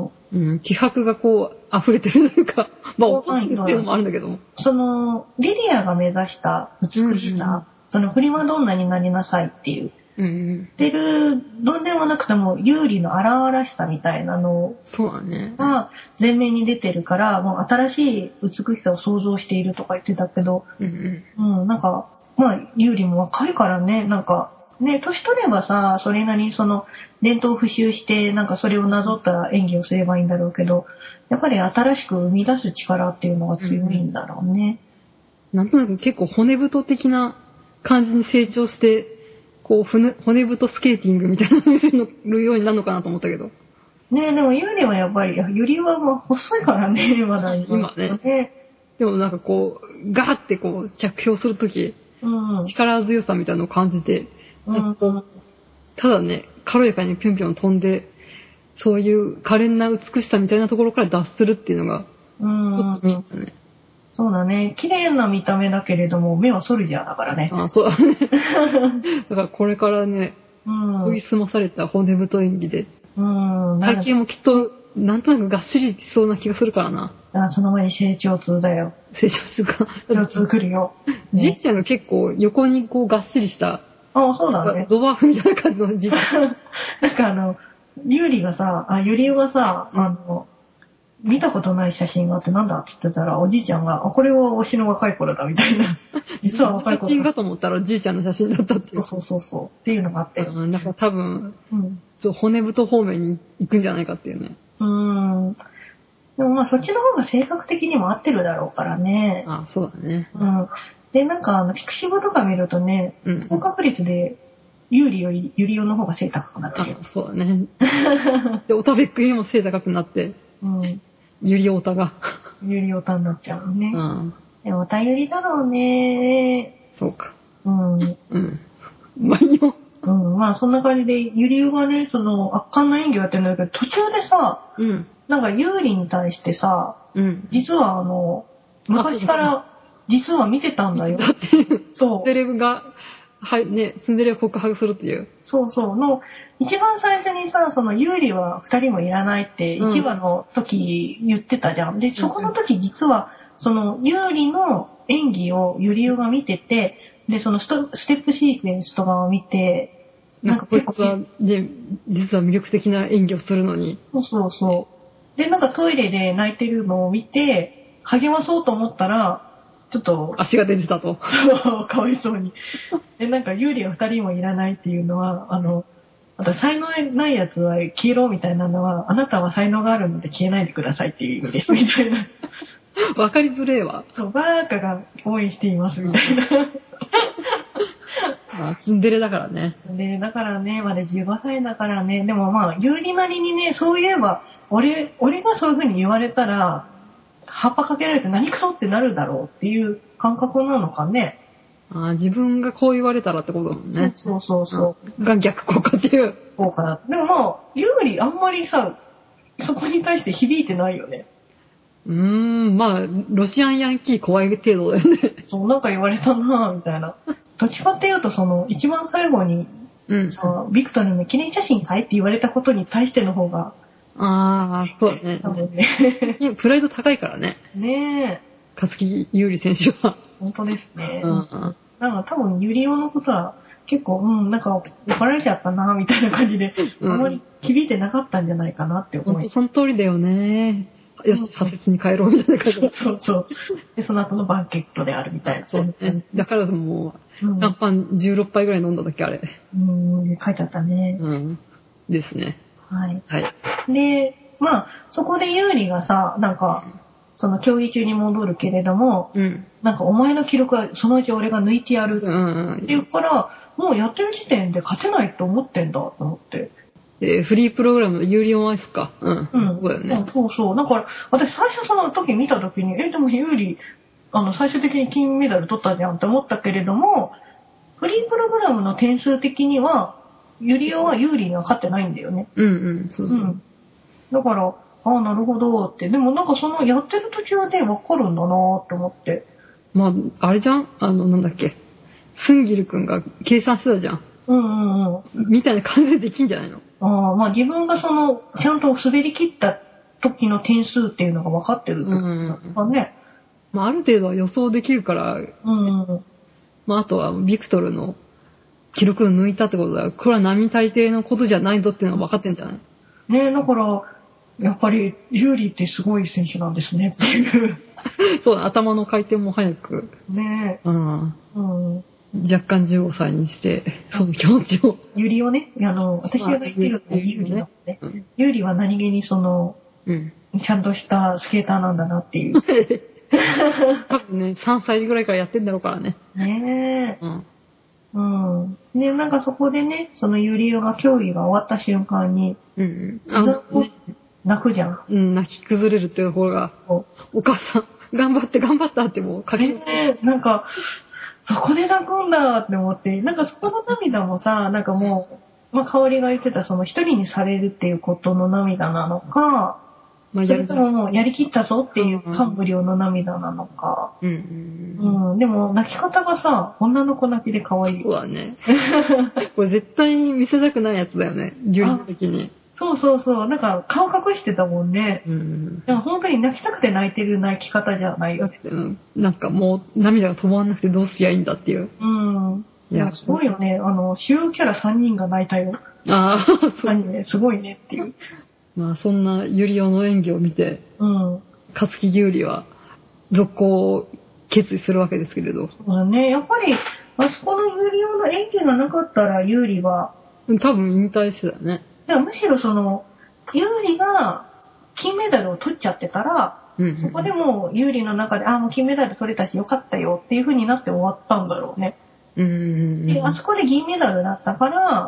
うん、気迫がこう、溢れてるというか、まあ、大きいっていうのもあるんだけど。 その、リリアが目指した美しさ、うんうん、そのフリマドンナになりなさいっていう、 うんうん、 出る、どんでもなくても有利の荒々しさみたいなのが前面に出てるから、もう新しい美しさを想像しているとか言ってたけど、 うんうん、うん、なんか、まあ、有利も若いからね、なんか、ね、年取ればさ、それなりにその、伝統を復習して、なんかそれをなぞった演技をすればいいんだろうけど、やっぱり新しく生み出す力っていうのが強いんだろうね。 うん、なんとなく結構骨太的な感じに成長して、こう骨、骨太スケーティングみたいなのを見せるようになるのかなと思ったけど。 ねえ、でもユリはやっぱり、ユリはもう細いからね、まだ今ね。ねでもなんかこう、ガーってこう着氷するとき、うん、力強さみたいなのを感じて、なんかこう、うん、ただね、軽やかにぴょんぴょん飛んで、そういう可憐な美しさみたいなところから脱するっていうのが、ちょっと見えたね。 そうだね。綺麗な見た目だけれども、目はソルジャーだからね。 ああ、そうだね。だからこれからね、研ぎ澄まされた骨太演技で、うん、体型もきっと、なんとなくがっしりしそうな気がするからな。 あ、その前に成長痛だよ。 成長痛か。 成長痛来るよ。 じいちゃんが結構横にこうがっしりした、 あ、そうだね。 ドバーフみたいな感じのじいちゃん。 なんかあの、ゆりがさ、あ、ゆりおがさ、あの、見たことない写真があってなんだって言ってたら、おじいちゃんが、あ、これは推しの若い頃だみたいな。実は若い頃。 写真かと思ったらじいちゃんの写真だったっていう。 そうそうそう。っていうのがあって。 うん、だから多分、うん、骨太方面に行くんじゃないかっていうね。 うん。でもまあそっちの方が性格的にも合ってるだろうからね。 あ、そうだね。 うん。で、なんかあの、ピクシブとか見るとね、うん、高確率で、有利よりユリオの方が背高くなってる。 あ、そうだね。で、オタベックにも背高くなって、うん。ユリオタが。 ユリオタになっちゃうね。うん。でも、オタユリだろうね。 そうか。 うん。 うん。まあいいよ。 うん。まあ、そんな感じで、ユリオがね、その、圧巻の演技をやってるんだけど、途中でさ、うん。なんか、ユーリに対してさ、うん。実はあの、昔から、実は見てたんだよ。 だって、そう。セレブが、はい、ね、ツンデレを告白するっていう。 そうそう。の、一番最初にさ、その、有利は二人もいらないって、一話の時言ってたじゃん。で、そこの時実は、その、有利の演技をユリオが見てて、で、そのスト、ステップシークエンスとかを見て、 なんか結構、ね、実は魅力的な演技をするのに。 そうそうそう。で、なんかトイレで泣いてるのを見て、励まそうと思ったら、ちょっと。 足が出てたと。 そう、かわいそうに。で、なんか、有利は二人もいらないっていうのは、あの、あと、才能ないやつは消えろみたいなのは、あなたは才能があるので消えないでくださいっていう意味です、みたいな。 わかりづれえわ。 そう、バーカが応援しています、みたいな。 まあ、ツンデレだからね。 ツンデレだからね、まだじゅうごさいだからね。でもまあ、有利なりにね、そういえば、俺、俺がそういう風に言われたら、葉っぱかけられて何クソってなるだろうっていう感覚なのかね。 ああ、自分がこう言われたらってことだもんね。 そうそうそう。 が逆効果っていう。 効果だ。でもまあ、有利あんまりさ、そこに対して響いてないよね。 うーん、まあ、ロシアンヤンキー怖い程度だよね。 そう、なんか言われたなぁ、みたいな。どっちかっていうと、その、一番最後に、うん、その、ビクトルの記念写真かいって言われたことに対しての方が、 ああ、そうね。 多分ね。 プライド高いからね。 ねえ。 勝木優里選手は。 本当ですね。 うん、うん。 なんか多分、ユリオのことは結構、うん、なんか怒られちゃったな、みたいな感じで、うん、あまり響いてなかったんじゃないかなって思います。 本当その通りだよね。よし、派切に帰ろうみたいな感じで。 そうそう。で、その後のバンケットであるみたいな。 そうね。だからもう、シャンパンじゅうろっぱいぐらい飲んだだっけ、あれ。 うん、書いてあったね。 うん。ですね。 はい。 はい。 で、まあ、そこでユーリがさ、なんか、その競技中に戻るけれども、うん、なんかお前の記録はそのうち俺が抜いてやるって言うから、もうやってる時点で勝てないと思ってんだと思って。 えー、フリープログラムのユーリオンアイスか。うん。 うん。 そうだよね。 そうそう。だから、私最初その時見た時に、え、でもユーリ、あの、最終的に金メダル取ったじゃんって思ったけれども、フリープログラムの点数的には、ユリオはユーリには勝ってないんだよね。 うんうん、そうそう。うん。 だから、ああ、なるほどって。でもなんかそのやってる途中でわかるんだなって思って。 まあ、あれじゃんあの、なんだっけ。スンギル君が計算してたじゃん。 うんうんうん。 みたいな感じでできんじゃないの？ ああ、まあ自分がその、ちゃんと滑り切った時の点数っていうのが分かってるってことですかね。 うん、まあある程度は予想できるから、うん。まああとはビクトルの記録を抜いたってことだ。これは並大抵のことじゃないぞっていうのは分かってんじゃない？ ねえ、だから、やっぱりユーリってすごい選手なんですねっていう。 そうだ、頭の回転も速く。 ねえ。 うん。うん若干じゅうごさいにして、その気持ちを。 ユリをね、あの、私が言ってるのはユーリなので、ね、ユーリは何気にその、うん、ちゃんとしたスケーターなんだなっていう。 多分ね、さんさいぐらいからやってんだろうからね。 ねえ。うん。うん。で、なんかそこでね、そのユリオが競技が終わった瞬間に、うんうん。あの、ね、泣くじゃん。 うん、泣き崩れるっていうところが、お母さん、頑張って頑張ったってもう、かけねえ、なんか、そこで泣くんだって思って、なんかそこの涙もさ、なんかもう、まあ、香りが言ってたその一人にされるっていうことの涙なのか、まあ、それとももうやりきったぞっていう感無量の涙なのか、うん、うん、でも泣き方がさ、女の子泣きで可愛い。 そうだね。これ絶対に見せたくないやつだよね、ギュリ的に。 そうそうそう。なんか顔隠してたもんね。うん。でも本当に泣きたくて泣いてる泣き方じゃないよね。 うん。なんかもう涙が止まんなくてどうすりゃいいんだっていう。うん。 いや、すごいよね。あの、主要キャラさんにんが泣いたよ。ああ、そう。ね、すごいねっていう。 まあそんなユリオの演技を見て、うん。勝木優里は続行を決意するわけですけれど。 まあね、やっぱり、あそこのユリオの演技がなかったら優里は。 多分引退してたね。 でもむしろその、ユーリが金メダルを取っちゃってたら、うんうん、そこでもうユーリの中で、ああ、もう金メダル取れたしよかったよっていう風になって終わったんだろうね。うんうんうん、で、あそこで銀メダルだったから、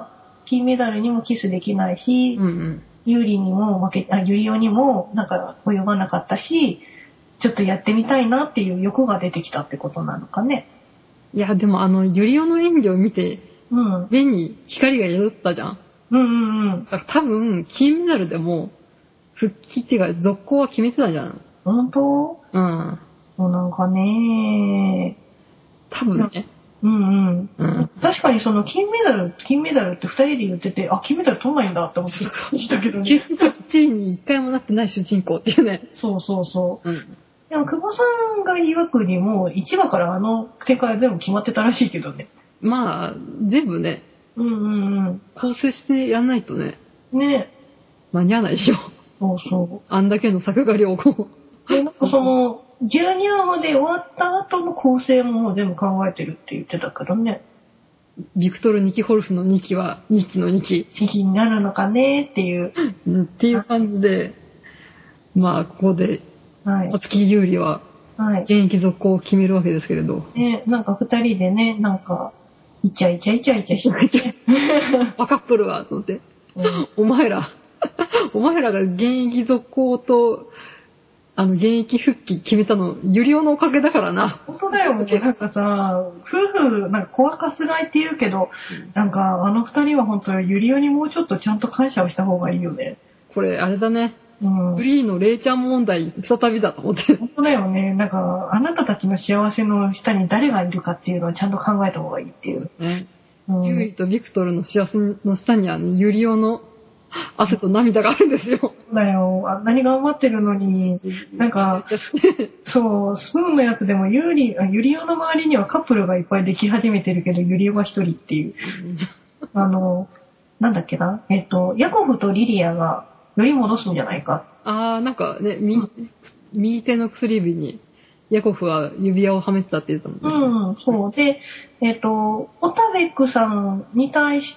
金メダルにもキスできないし、うんうん、ユーリにも負け、あ、ユリオにもなんか及ばなかったし、ちょっとやってみたいなっていう欲が出てきたってことなのかね。 いや、でもあの、ユリオの演技を見て、うん、目に光が宿ったじゃん。うんうんうん。だから多分、金メダルでも、復帰っていうか、続行は決めてたんじゃん。 本当？うん。もうなんかね多分ね。 うんうん。うん、確かにその金メダル、金メダルって二人で言ってて、あ、金メダル取んないんだって思ってたけどね。 金メダルいちいに一回もなってない主人公っていうね。 そうそうそう。うん。でも、久保さんが曰くにも、いちわからあの展開は全部決まってたらしいけどね。 まあ、全部ね。うんうんうん。構成してやんないとね。ね。間に合わないでしょ。そうそう。あんだけの作画量を。 で、なんかその、じゅうにわまで終わった後の構成ももう全部考えてるって言ってたけどね。 ビクトル・ニキホルフのにきはにきのにき。 にきになるのかねっていう。 っていう感じで、まあ、ここで、はい。松木優里は、はい。現役続行を決めるわけですけれど。 ね、なんか二人でね、なんか、イチャイチャイチャイチャして。 バカップルは、と思って。うん、お前ら、お前らが現役続行と、あの、現役復帰決めたの、ユリオのおかげだからな。 本当だよ、もうなんかさ、夫婦、なんか、子はかすがいって言うけど、なんか、あの二人は本当にユリオにもうちょっとちゃんと感謝をした方がいいよね。 これ、あれだね。うん、フリーのレイちゃん問題、再びだと思って。 本当だよね。なんか、あなたたちの幸せの下に誰がいるかっていうのをちゃんと考えた方がいいっていう。ね。 うん、ユーリとビクトルの幸せの下にはね、ユリオの汗と涙があるんですよ。 そうだよ。あんなに頑張ってるのに、なんか、そう、スプーンのやつでもユーリ、ユリオの周りにはカップルがいっぱいでき始めてるけど、ユリオが一人っていう。あの、なんだっけな。えっと、ヤコフとリリアが、より戻すんじゃないか。 ああ、なんかね、み、うん、右手の薬指に、ヤコフは指輪をはめてたって言ったもんね。 うん、そう。で、えっ、ー、と、オタベックさんに対して、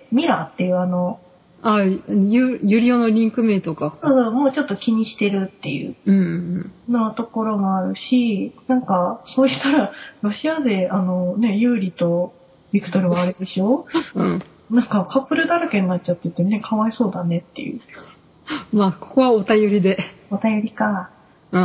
ミラーっていうあの、 ああ、ユユリオのリンクメイトか。 そうそう、もうちょっと気にしてるっていう、うん、のところもあるし、なんか、そうしたら、ロシア勢、あのね、ユーリとビクトルはあれでしょうん。 なんかカップルだらけになっちゃっててね、かわいそうだねっていう。 まあ、ここはお便りで。 お便りか。 うん。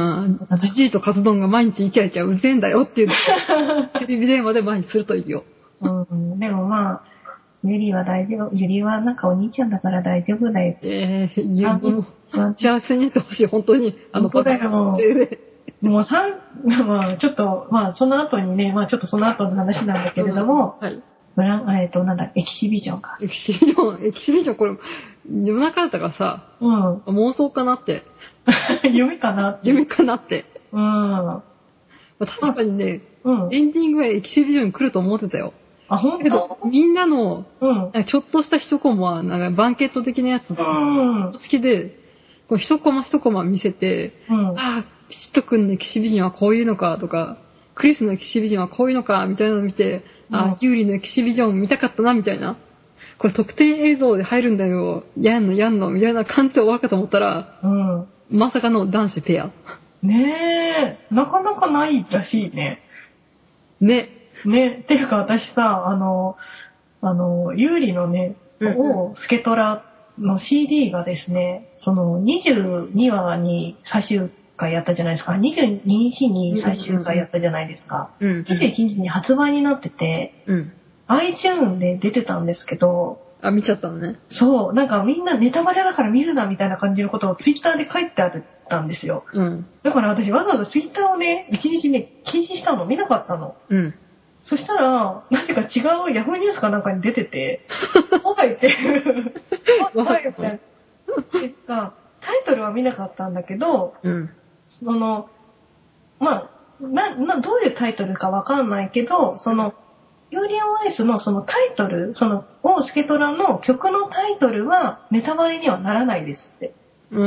じじいとカツ丼が毎日イチャイチャうぜえんだよっていうのをテレビ電話で毎日するといいよ。 うん。でもまあ、ゆりは大丈夫。ゆりはなんかお兄ちゃんだから大丈夫だよ。 ええー、ゆりも幸せになってほしい、本当に。 あの、本当だよ。もうさん、まあちょっと、まあその後にね、まあちょっとその後の話なんだけれども、うん、はい。ブラン、えっと、なんだ、エキシビジョンか。 エキシビジョン、エキシビジョン、これ、夜中だったからさ、うん。妄想かなって。 夢かなって。 夢かなって。 うん。まあ、確かにね、うん、エンディングはエキシビジョンに来ると思ってたよ。 あ、ほんと？けど、 みんなの、うん、ちょっとした一コマ、なんかバンケット的なやつ、うん、好きで、こう一コマ一コマ見せて、うん、ああ、ピチッとくんのエキシビジョンはこういうのかとか、クリスのエキシビジョンはこういうのかみたいなのを見て、うん、ああ、ユーリのエキシビジョン見たかったなみたいな。これ特典映像で入るんだよ、やんのやんのみたいな感じで終わるかと思ったら、うん、まさかの男子ペア。 ねえ、なかなかないらしいね。 ね。 ね、っていうか私さ、あの、あの、ユーリのね、をスケトラの シーディー がですね、そのにじゅうにわに最終回やったじゃないですか。にじゅうににちに最終回やったじゃないですか。うんうん、にじゅういちにちに発売になってて、うん、iTunes で出てたんですけど、 あ、見ちゃったのね。 そう、なんかみんなネタバレだから見るなみたいな感じのことをツイッターで書いてあったんですよ。うん、だから私わざわざツイッターをね、一日ね、禁止したの、見なかったの。うん、そしたら、なぜか違うヤフーニュースかなんかに出てて、怖いって。怖いよね。結果、タイトルは見なかったんだけど、うん、その、まあ、な、な、どういうタイトルかわかんないけど、その、ユーリオンアイスのそのタイトル、その、オースケトラの曲のタイトルはネタバレにはならないですって。うん。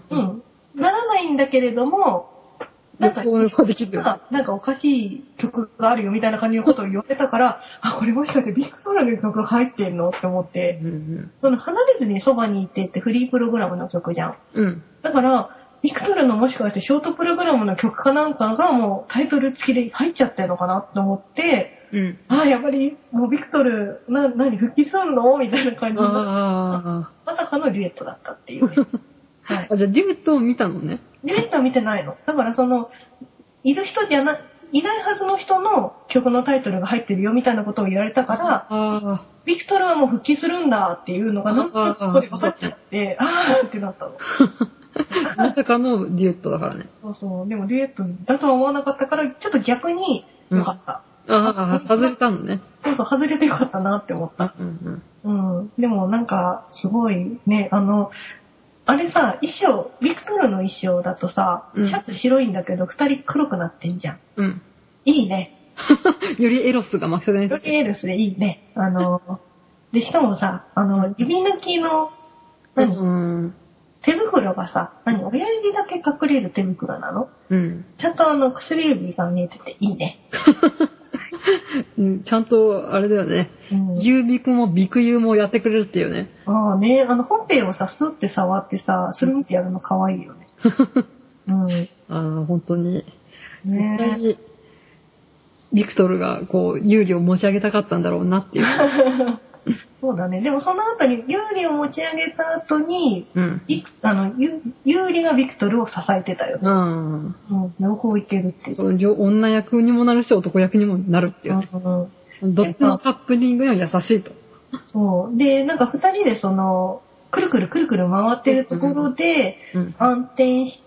うん。ならないんだけれども、なんか、なんかおかしい曲があるよみたいな感じのことを言われたから、あ、これもしかしてビッグソーラの曲が入ってんのって思って、うんうん、その離れずにそばにいてってフリープログラムの曲じゃん。うん、だから、ビクトルのもしかしてショートプログラムの曲かなんかがもうタイトル付きで入っちゃってるのかなって思って、うん、あ、やっぱりもうビクトル、な、何復帰すんのみたいな感じの、まさかのデュエットだったっていうね。 はい、あ、じゃあデュエットを見たのね。 デュエットは見てないの。だからその、いる人じゃな、いないはずの人の曲のタイトルが入ってるよみたいなことを言われたから、あビクトルはもう復帰するんだっていうのがなんとなくそこで分かっちゃって、あーってなったの。 まさかのデュエットだからね。 そうそう。でもデュエットだとは思わなかったから、ちょっと逆に良かった。 うん、ああ、外れたのね。 そうそう、外れてよかったなって思った。うんうん。うん。でもなんか、すごいね、あの、あれさ、衣装、ビクトルの衣装だとさ、シャツ白いんだけど、二人黒くなってんじゃん。うん。いいね。 よりエロスが増すね。 よりエロスでいいね。あの、で、しかもさ、あの、指抜きの、何、うん、手袋がさ、何、親指だけ隠れる手袋なの？うん。ちゃんとあの、薬指が見えてていいね。 うん、ちゃんと、あれだよね。うん、ユービクもビクユーもやってくれるっていうね。 ああね、あの、本編をさ、スッて触ってさ、それ見てやるの可愛いよね。 うん。ああ、本当に。ね絶対ビクトルが、こう、ユーリを持ち上げたかったんだろうなっていう。 そうだね。でもその後に、ユーリを持ち上げた後に、うん、あのユ、ユーリがビクトルを支えてたよね。うん。うん。両方いけるっていう。 そう、女役にもなるし、男役にもなるっていうね。うん、どっちのカップリングには優しいと。 そう。で、なんか二人でその、くるくるくるくる回ってるところで、暗転して、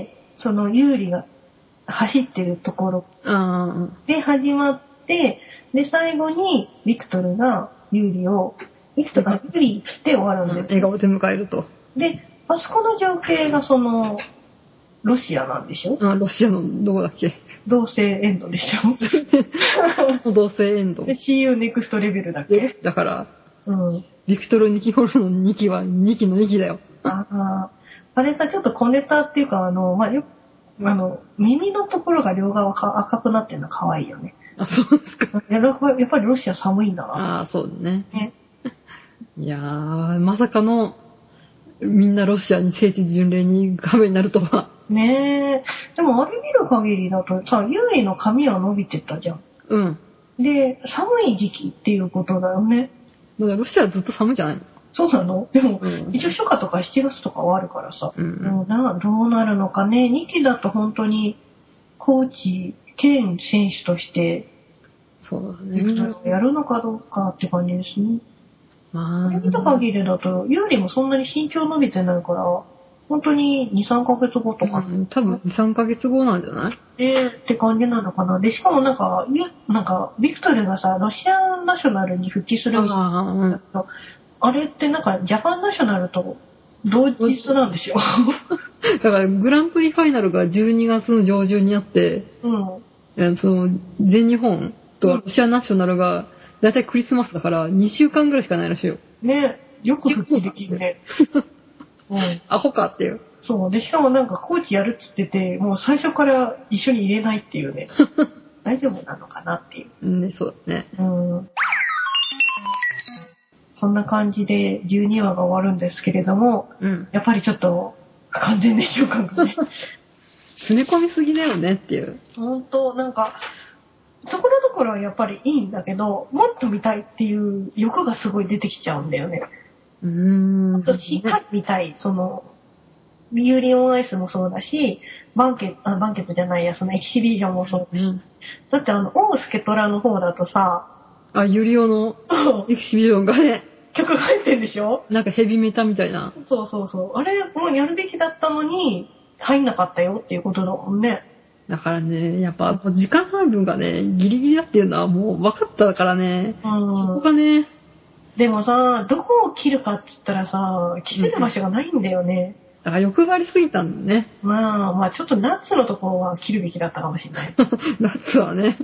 そのユーリが走ってるところで始まって、で、最後にビクトルがユーリを、ビクトルがユーリって終わるんです。 笑顔で迎えると。 で、あそこの情景がその、ロシアなんでしょ？ あ、ロシアのどこだっけ？ 同性エンドでしょ？同性エンド。 で、シーユー ネクストレベルだっけ？ だから、うん。ビクトル・ニキホルのにきはにきのにきだよ。 ああ。あれさ、ちょっと小ネタっていうか、あの、まあ、よあの、耳のところが両側赤くなってるの可愛いよね。 あ、そうですか。 やっぱりロシア寒いんだな。 ああ、そうね。ねいやー、まさかの、みんなロシアに聖地巡礼に画面になるとは。 ねえ。でもあれ見る限りだとさ、ユーリの髪は伸びてたじゃん。うん。で、寒い時期っていうことだよね。 だからロシアはずっと寒いじゃないの？ そうなの？でも、 うん、 一応初夏とかしちがつとかはあるからさ。 うんうん、などうなるのかね。にきだと本当に、コーチ兼選手として、 そうだね。 やるのかどうかって感じですね。 まあ。 見た限りだと、ユーリもそんなに身長伸びてないから、本当にに、さんかげつごとか。 うん、多分に、さんかげつごなんじゃない？ えー、って感じなのかな。で、しかもなんか、なんか、ビクトルがさ、ロシアナショナルに復帰するみたいな。あ,、うん、あれってなんか、ジャパンナショナルと同日なんですよ。 だから、グランプリファイナルがじゅうにがつの上旬にあって、うん。その、全日本とロシアナショナルが、だいたいクリスマスだから、にしゅうかんぐらいしかないらしいよ。 ね、よく復帰できるね。 うん、アホかっていう。 そう。で、しかもなんかコーチやるっつってて、もう最初から一緒に入れないっていうね。大丈夫なのかなっていう。 うん、そうだね。 うん。そんな感じでじゅうにわが終わるんですけれども、うん、やっぱりちょっと完全熱唱感がね。 詰め込みすぎだよねっていう。 本当なんか、ところどころはやっぱりいいんだけど、もっと見たいっていう欲がすごい出てきちゃうんだよね。 うーん。 あとしっかり見たい、その、ユーリオンアイスもそうだし、バンケット、あ、バンケットじゃないや、そのエキシビジョンもそうだし。うん、だってあの、オースケトラの方だとさ、 あ、ユリオのエキシビジョンがね、 曲が入ってんでしょ？ なんかヘビメタみたいな。 そうそうそう。あれ、もうやるべきだったのに、入んなかったよっていうことだもんね。 だからね、やっぱ時間配分がね、ギリギリだっていうのはもう分かったからね。うん。そこがね。 でもさ、どこを切るかって言ったらさ、切れる場所がないんだよね。 うん、だから欲張りすぎたんだね。 まあ、まあちょっとナッツのところは切るべきだったかもしれない。 ナッツはね。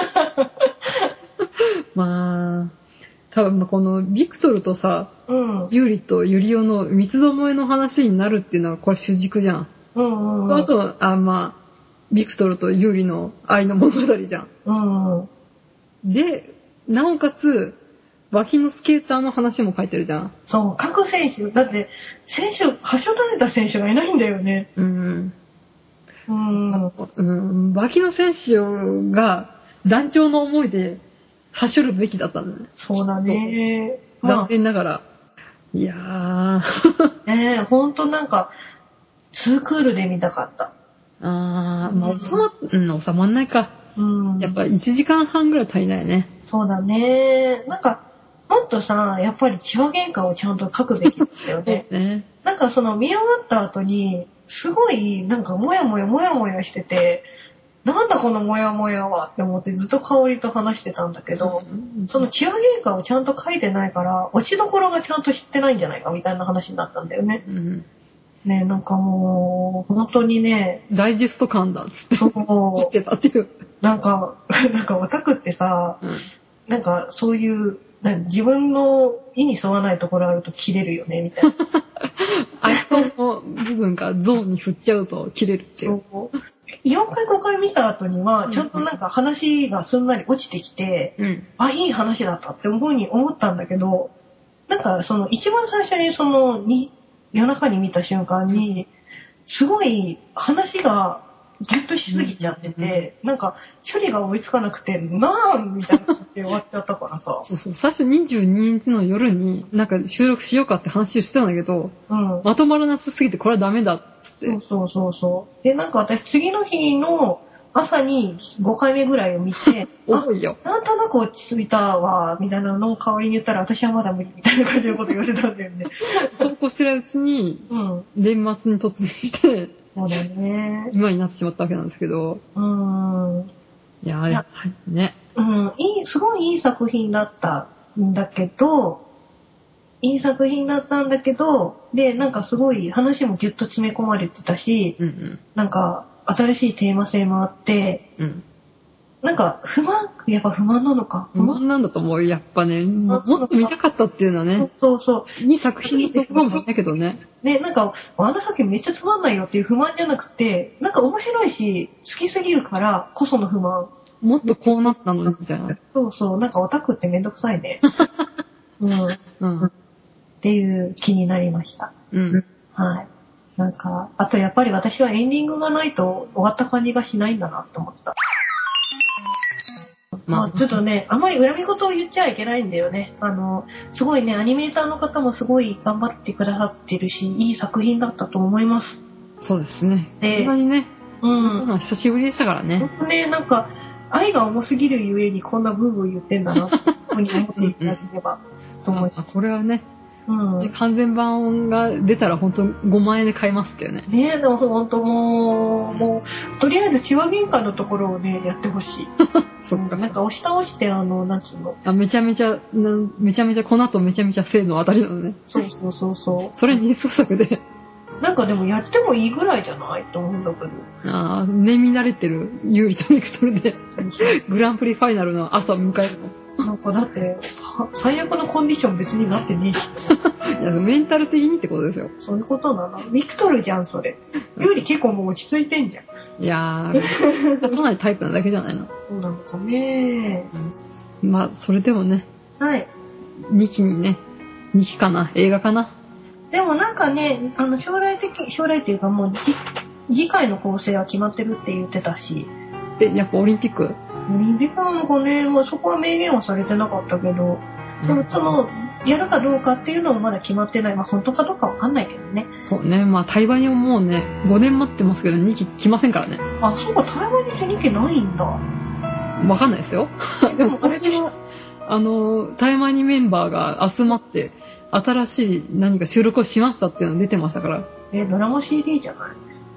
まあ、多分このビクトルとさ、うん、ユーリとユリオの三つどもえの話になるっていうのはこれ主軸じゃん。うんうんうん、あと、あ、まあ、ビクトルとユーリの愛の物語じゃん。うんうん、で、なおかつ、脇のスケーターの話も書いてるじゃん。 そう、各選手。だって、選手、はしょられた選手がいないんだよね。うん。 うん。うん。脇の選手が団長の思いで、はしょるべきだったんだね。 そうだね。 残念ながら。いやー。 ええー、ほんとなんか、ツークールで見たかった。 あー、まあ、収ま、うん、収まんないか。うん。やっぱいちじかんはんぐらい足りないね。 そうだね。なんか、もっとさ、やっぱり血話喧嘩をちゃんと書くべきだったよね。ね。なんかその見終わった後に、すごい、なんかもやもやもやもやしてて、なんだこのモヤモヤはって思ってずっと香りと話してたんだけど、うん、その血話喧嘩をちゃんと書いてないから、落ちどころがちゃんと知ってないんじゃないかみたいな話になったんだよね。うん、ね、なんかもう、本当にね。 ダイジェスト感だっつって。そう。言ってたっていう。 なんか、なんかオタクってさ、うん、なんかそういう、自分の意に沿わないところあると切れるよね、みたいな。 相手の部分がゾーンに振っちゃうと切れるっていう。そうよんかいごかい見た後には、ちゃんとなんか話がすんなり落ちてきて、うん、あ、いい話だったって思うに思ったんだけど、なんかその一番最初にそのに夜中に見た瞬間に、すごい話がギュッとしすぎちゃってて、うん、なんか処理が追いつかなくて、なーんみたいな感じで終わっちゃったからさ。 そうそう、最初にじゅうににちの夜になんか収録しようかって話をしてたんだけど、うん、まとまらなさすぎてこれはダメだって。 そうそうそうそう。で、なんか私次の日の朝にごかいめぐらいを見て、 多いよ。 なんとなく落ち着いたわ、みたいなのを代わりに言ったら私はまだ無理みたいな感じのこと言われたんだよね。 そうこうしてるうちに、うん、年末に突入して、 そうだね。 今になってしまったわけなんですけど。うん。いや、いやね。 うん、いい、すごいいい作品だったんだけど、いい作品だったんだけど、で、なんかすごい話もギュッと詰め込まれてたし、うんうん、なんか新しいテーマ性もあって、うん、なんか不満、やっぱ不満なのか。 不満なんだと思う。やっぱね、もっと見たかったっていうのはね。 そうそう。 いい作品かもしれないけどね。 ね、なんか、あの作めっちゃつまんないよっていう不満じゃなくて、なんか面白いし、好きすぎるからこその不満。 もっとこうなったのにみたいな。 そうそう。なんかオタクってめんどくさいね。うん。うんっていう気になりました。うん。はい。なんか、あとやっぱり私はエンディングがないと終わった感じがしないんだなって思ってた。 まあ、ちょっとね、あんまり恨み事を言っちゃいけないんだよね。あの、すごいね、アニメーターの方もすごい頑張ってくださってるし、いい作品だったと思います。 そうですね。で、こんなにね、うん。久しぶりでしたからね。 ほんとね、なんか、愛が重すぎるゆえにこんなブーブー言ってんだな、と思っていただければと思います。 これはね、うん、完全版が出たら本当ごまん円で買いますけどね。 ねえ、でも本当もう、もう、とりあえず千葉玄関のところをね、やってほしい。そっか。なんか押し倒して、あの、なんつうの。 あ、めちゃめちゃ、めちゃめちゃ、この後めちゃめちゃ精度当たりなのね。 そうそうそうそう。 それに創作で。 なんかでもやってもいいぐらいじゃないと思うんだけど。 ああ、念見慣れてるユーリとビクトルで、グランプリファイナルの朝を迎えるの。 なんかだって、最悪のコンディション別になってねえし。 いや、メンタル的にってことですよ。 そういうことなの。ビクトルじゃん、それ。ユーリ結構もう落ち着いてんじゃん。 いやー、かなりタイプなだけじゃないの。 そうなのかね。 うん、まあ、それでもね。 はい。 にきにね、にきかな、映画かな。 でもなんかね、あの、将来的、将来っていうかもう、次回の構成は決まってるって言ってたし。 え、やっぱオリンピック？ オリンピックなのかね、まあ、そこは明言はされてなかったけど、でもその、やるかどうかっていうのもまだ決まってない。まあ、本当かどうかわかんないけどね。 そうね。まあ、対話にももうね、ごねん待ってますけど、にき来ませんからね。 あ、そうか、対話にってにきないんだ。 わかんないですよ。でも、これで、あの、対話にメンバーが集まって、新しい何か収録をしましたっていうのが出てましたから。 え、ドラマ シーディー じゃない？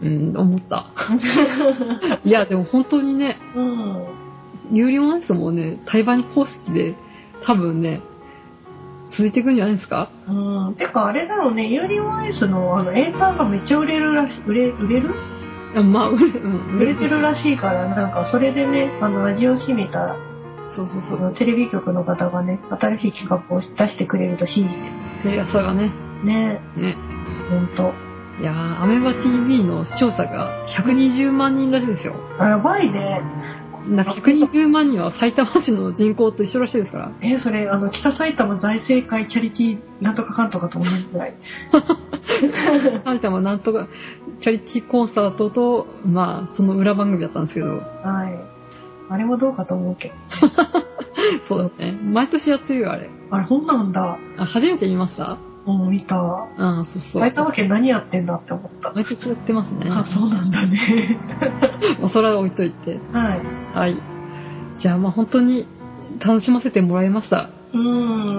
うん、思った。いや、でも本当にね、うん。有料アイスもね、対話に方式で、多分ね、続いていくんじゃないですか？ うん。てかあれだよね、有料アイスのあの映画がめっちゃ売れるらしい、売れ、売れる？ まあ、売れ、うん、 売れてるらしいから、なんかそれでね、あの、味を占めた、そうそうそう、テレビ局の方がね、新しい企画を出してくれると信じてる。 テレ朝がね。 ね。 ね。 ほんと。 いやー、アメバ ティーブイ の視聴者がひゃくにじゅうまんにんらしいですよ。 あ、やばいね。 なんかひゃくにじゅうまんにんは埼玉市の人口と一緒らしいですから。 え、それ、あの、北埼玉財政会チャリティーなんとかかんとかと同じぐらい。 埼玉なんとかチャリティーコンサートと、まあ、その裏番組だったんですけど。はい。 あれもどうかと思うけど。 そうだね。毎年やってるよ、あれ。 あれ、ほんなんだ。 あ、初めて見ました？ うん、見た。 ああ、そうそう。 埼玉県何やってんだって思った。 毎年やってますね。 あ、そうなんだね。 お空置いといて。 はい。 はい。じゃあ、まあ本当に楽しませてもらいました。 うん。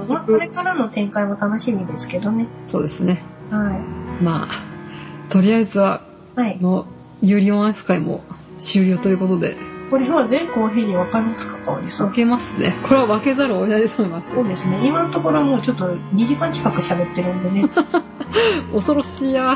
まあ、これからの展開も楽しみですけどね。 そうですね。 はい。 まあ、とりあえずは、 はい。 のユーリオンアイス会も終了ということで。 これは前後編に分かりますか、かおりさん。 分けますね。これは分けざるを得ないと思います。 そうですね。今のところもうちょっとにじかん近く喋ってるんでね。 恐ろしいや。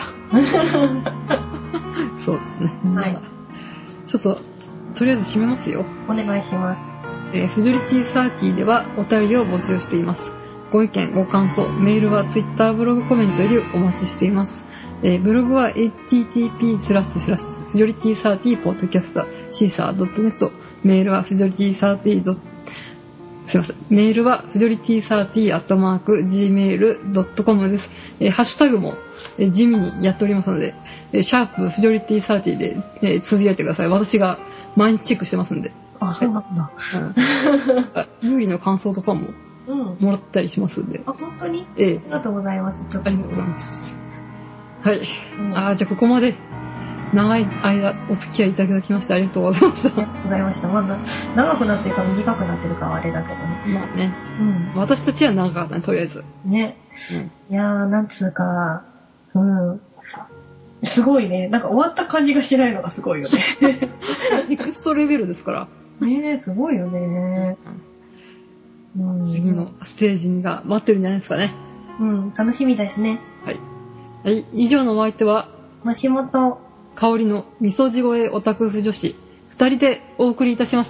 そうですね。はい。ちょっと、とりあえず締めますよ。 お願いします。 えー、フジョリティサーティではお便りを募集しています。ご意見、ご感想、メールは Twitter ブログコメントよりお待ちしています。えー、ブログは エイチティーティーピースラッシュスラッシュフジョリティサーティポッドキャスタシーサードットネット、メールはフジョリティサーティすいません。メールはフジョリティサーティアットマーク ジーメールドットコム です。えー、ハッシュタグも、えー、地味にやっておりますので、えー、シャープフジョリティサーティで、えー、つぶやいてください。私が毎日チェックしてますんで。 あ、そうなんだ。 うん。あ、有利の感想とかももらったりしますんで。 うん、あ、本当に？ ええ。 ありがとうございます。 ありがとうございます。はい。うん、あ、じゃあここまで長い間お付き合いいただきましてありがとうございました。 ありがとうございました。まだ長くなってるか短くなってるかはあれだけどね。 まあね。 うん。 私たちは長かったね、とりあえず。 ね。うん、いやー、なんつうか、うん。すごいね。なんか終わった感じがしないのがすごいよね。 ネクストレベルですから。 ねえ、すごいよね。 うん、次のステージが待ってるんじゃないですかね。 うん、楽しみですね。 はい。はい、以上のお相手は、 松本香りの味噌地声オタク婦女子、二人でお送りいたしました。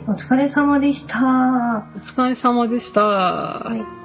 はい、お疲れ様でした。 お疲れ様でした。 はい。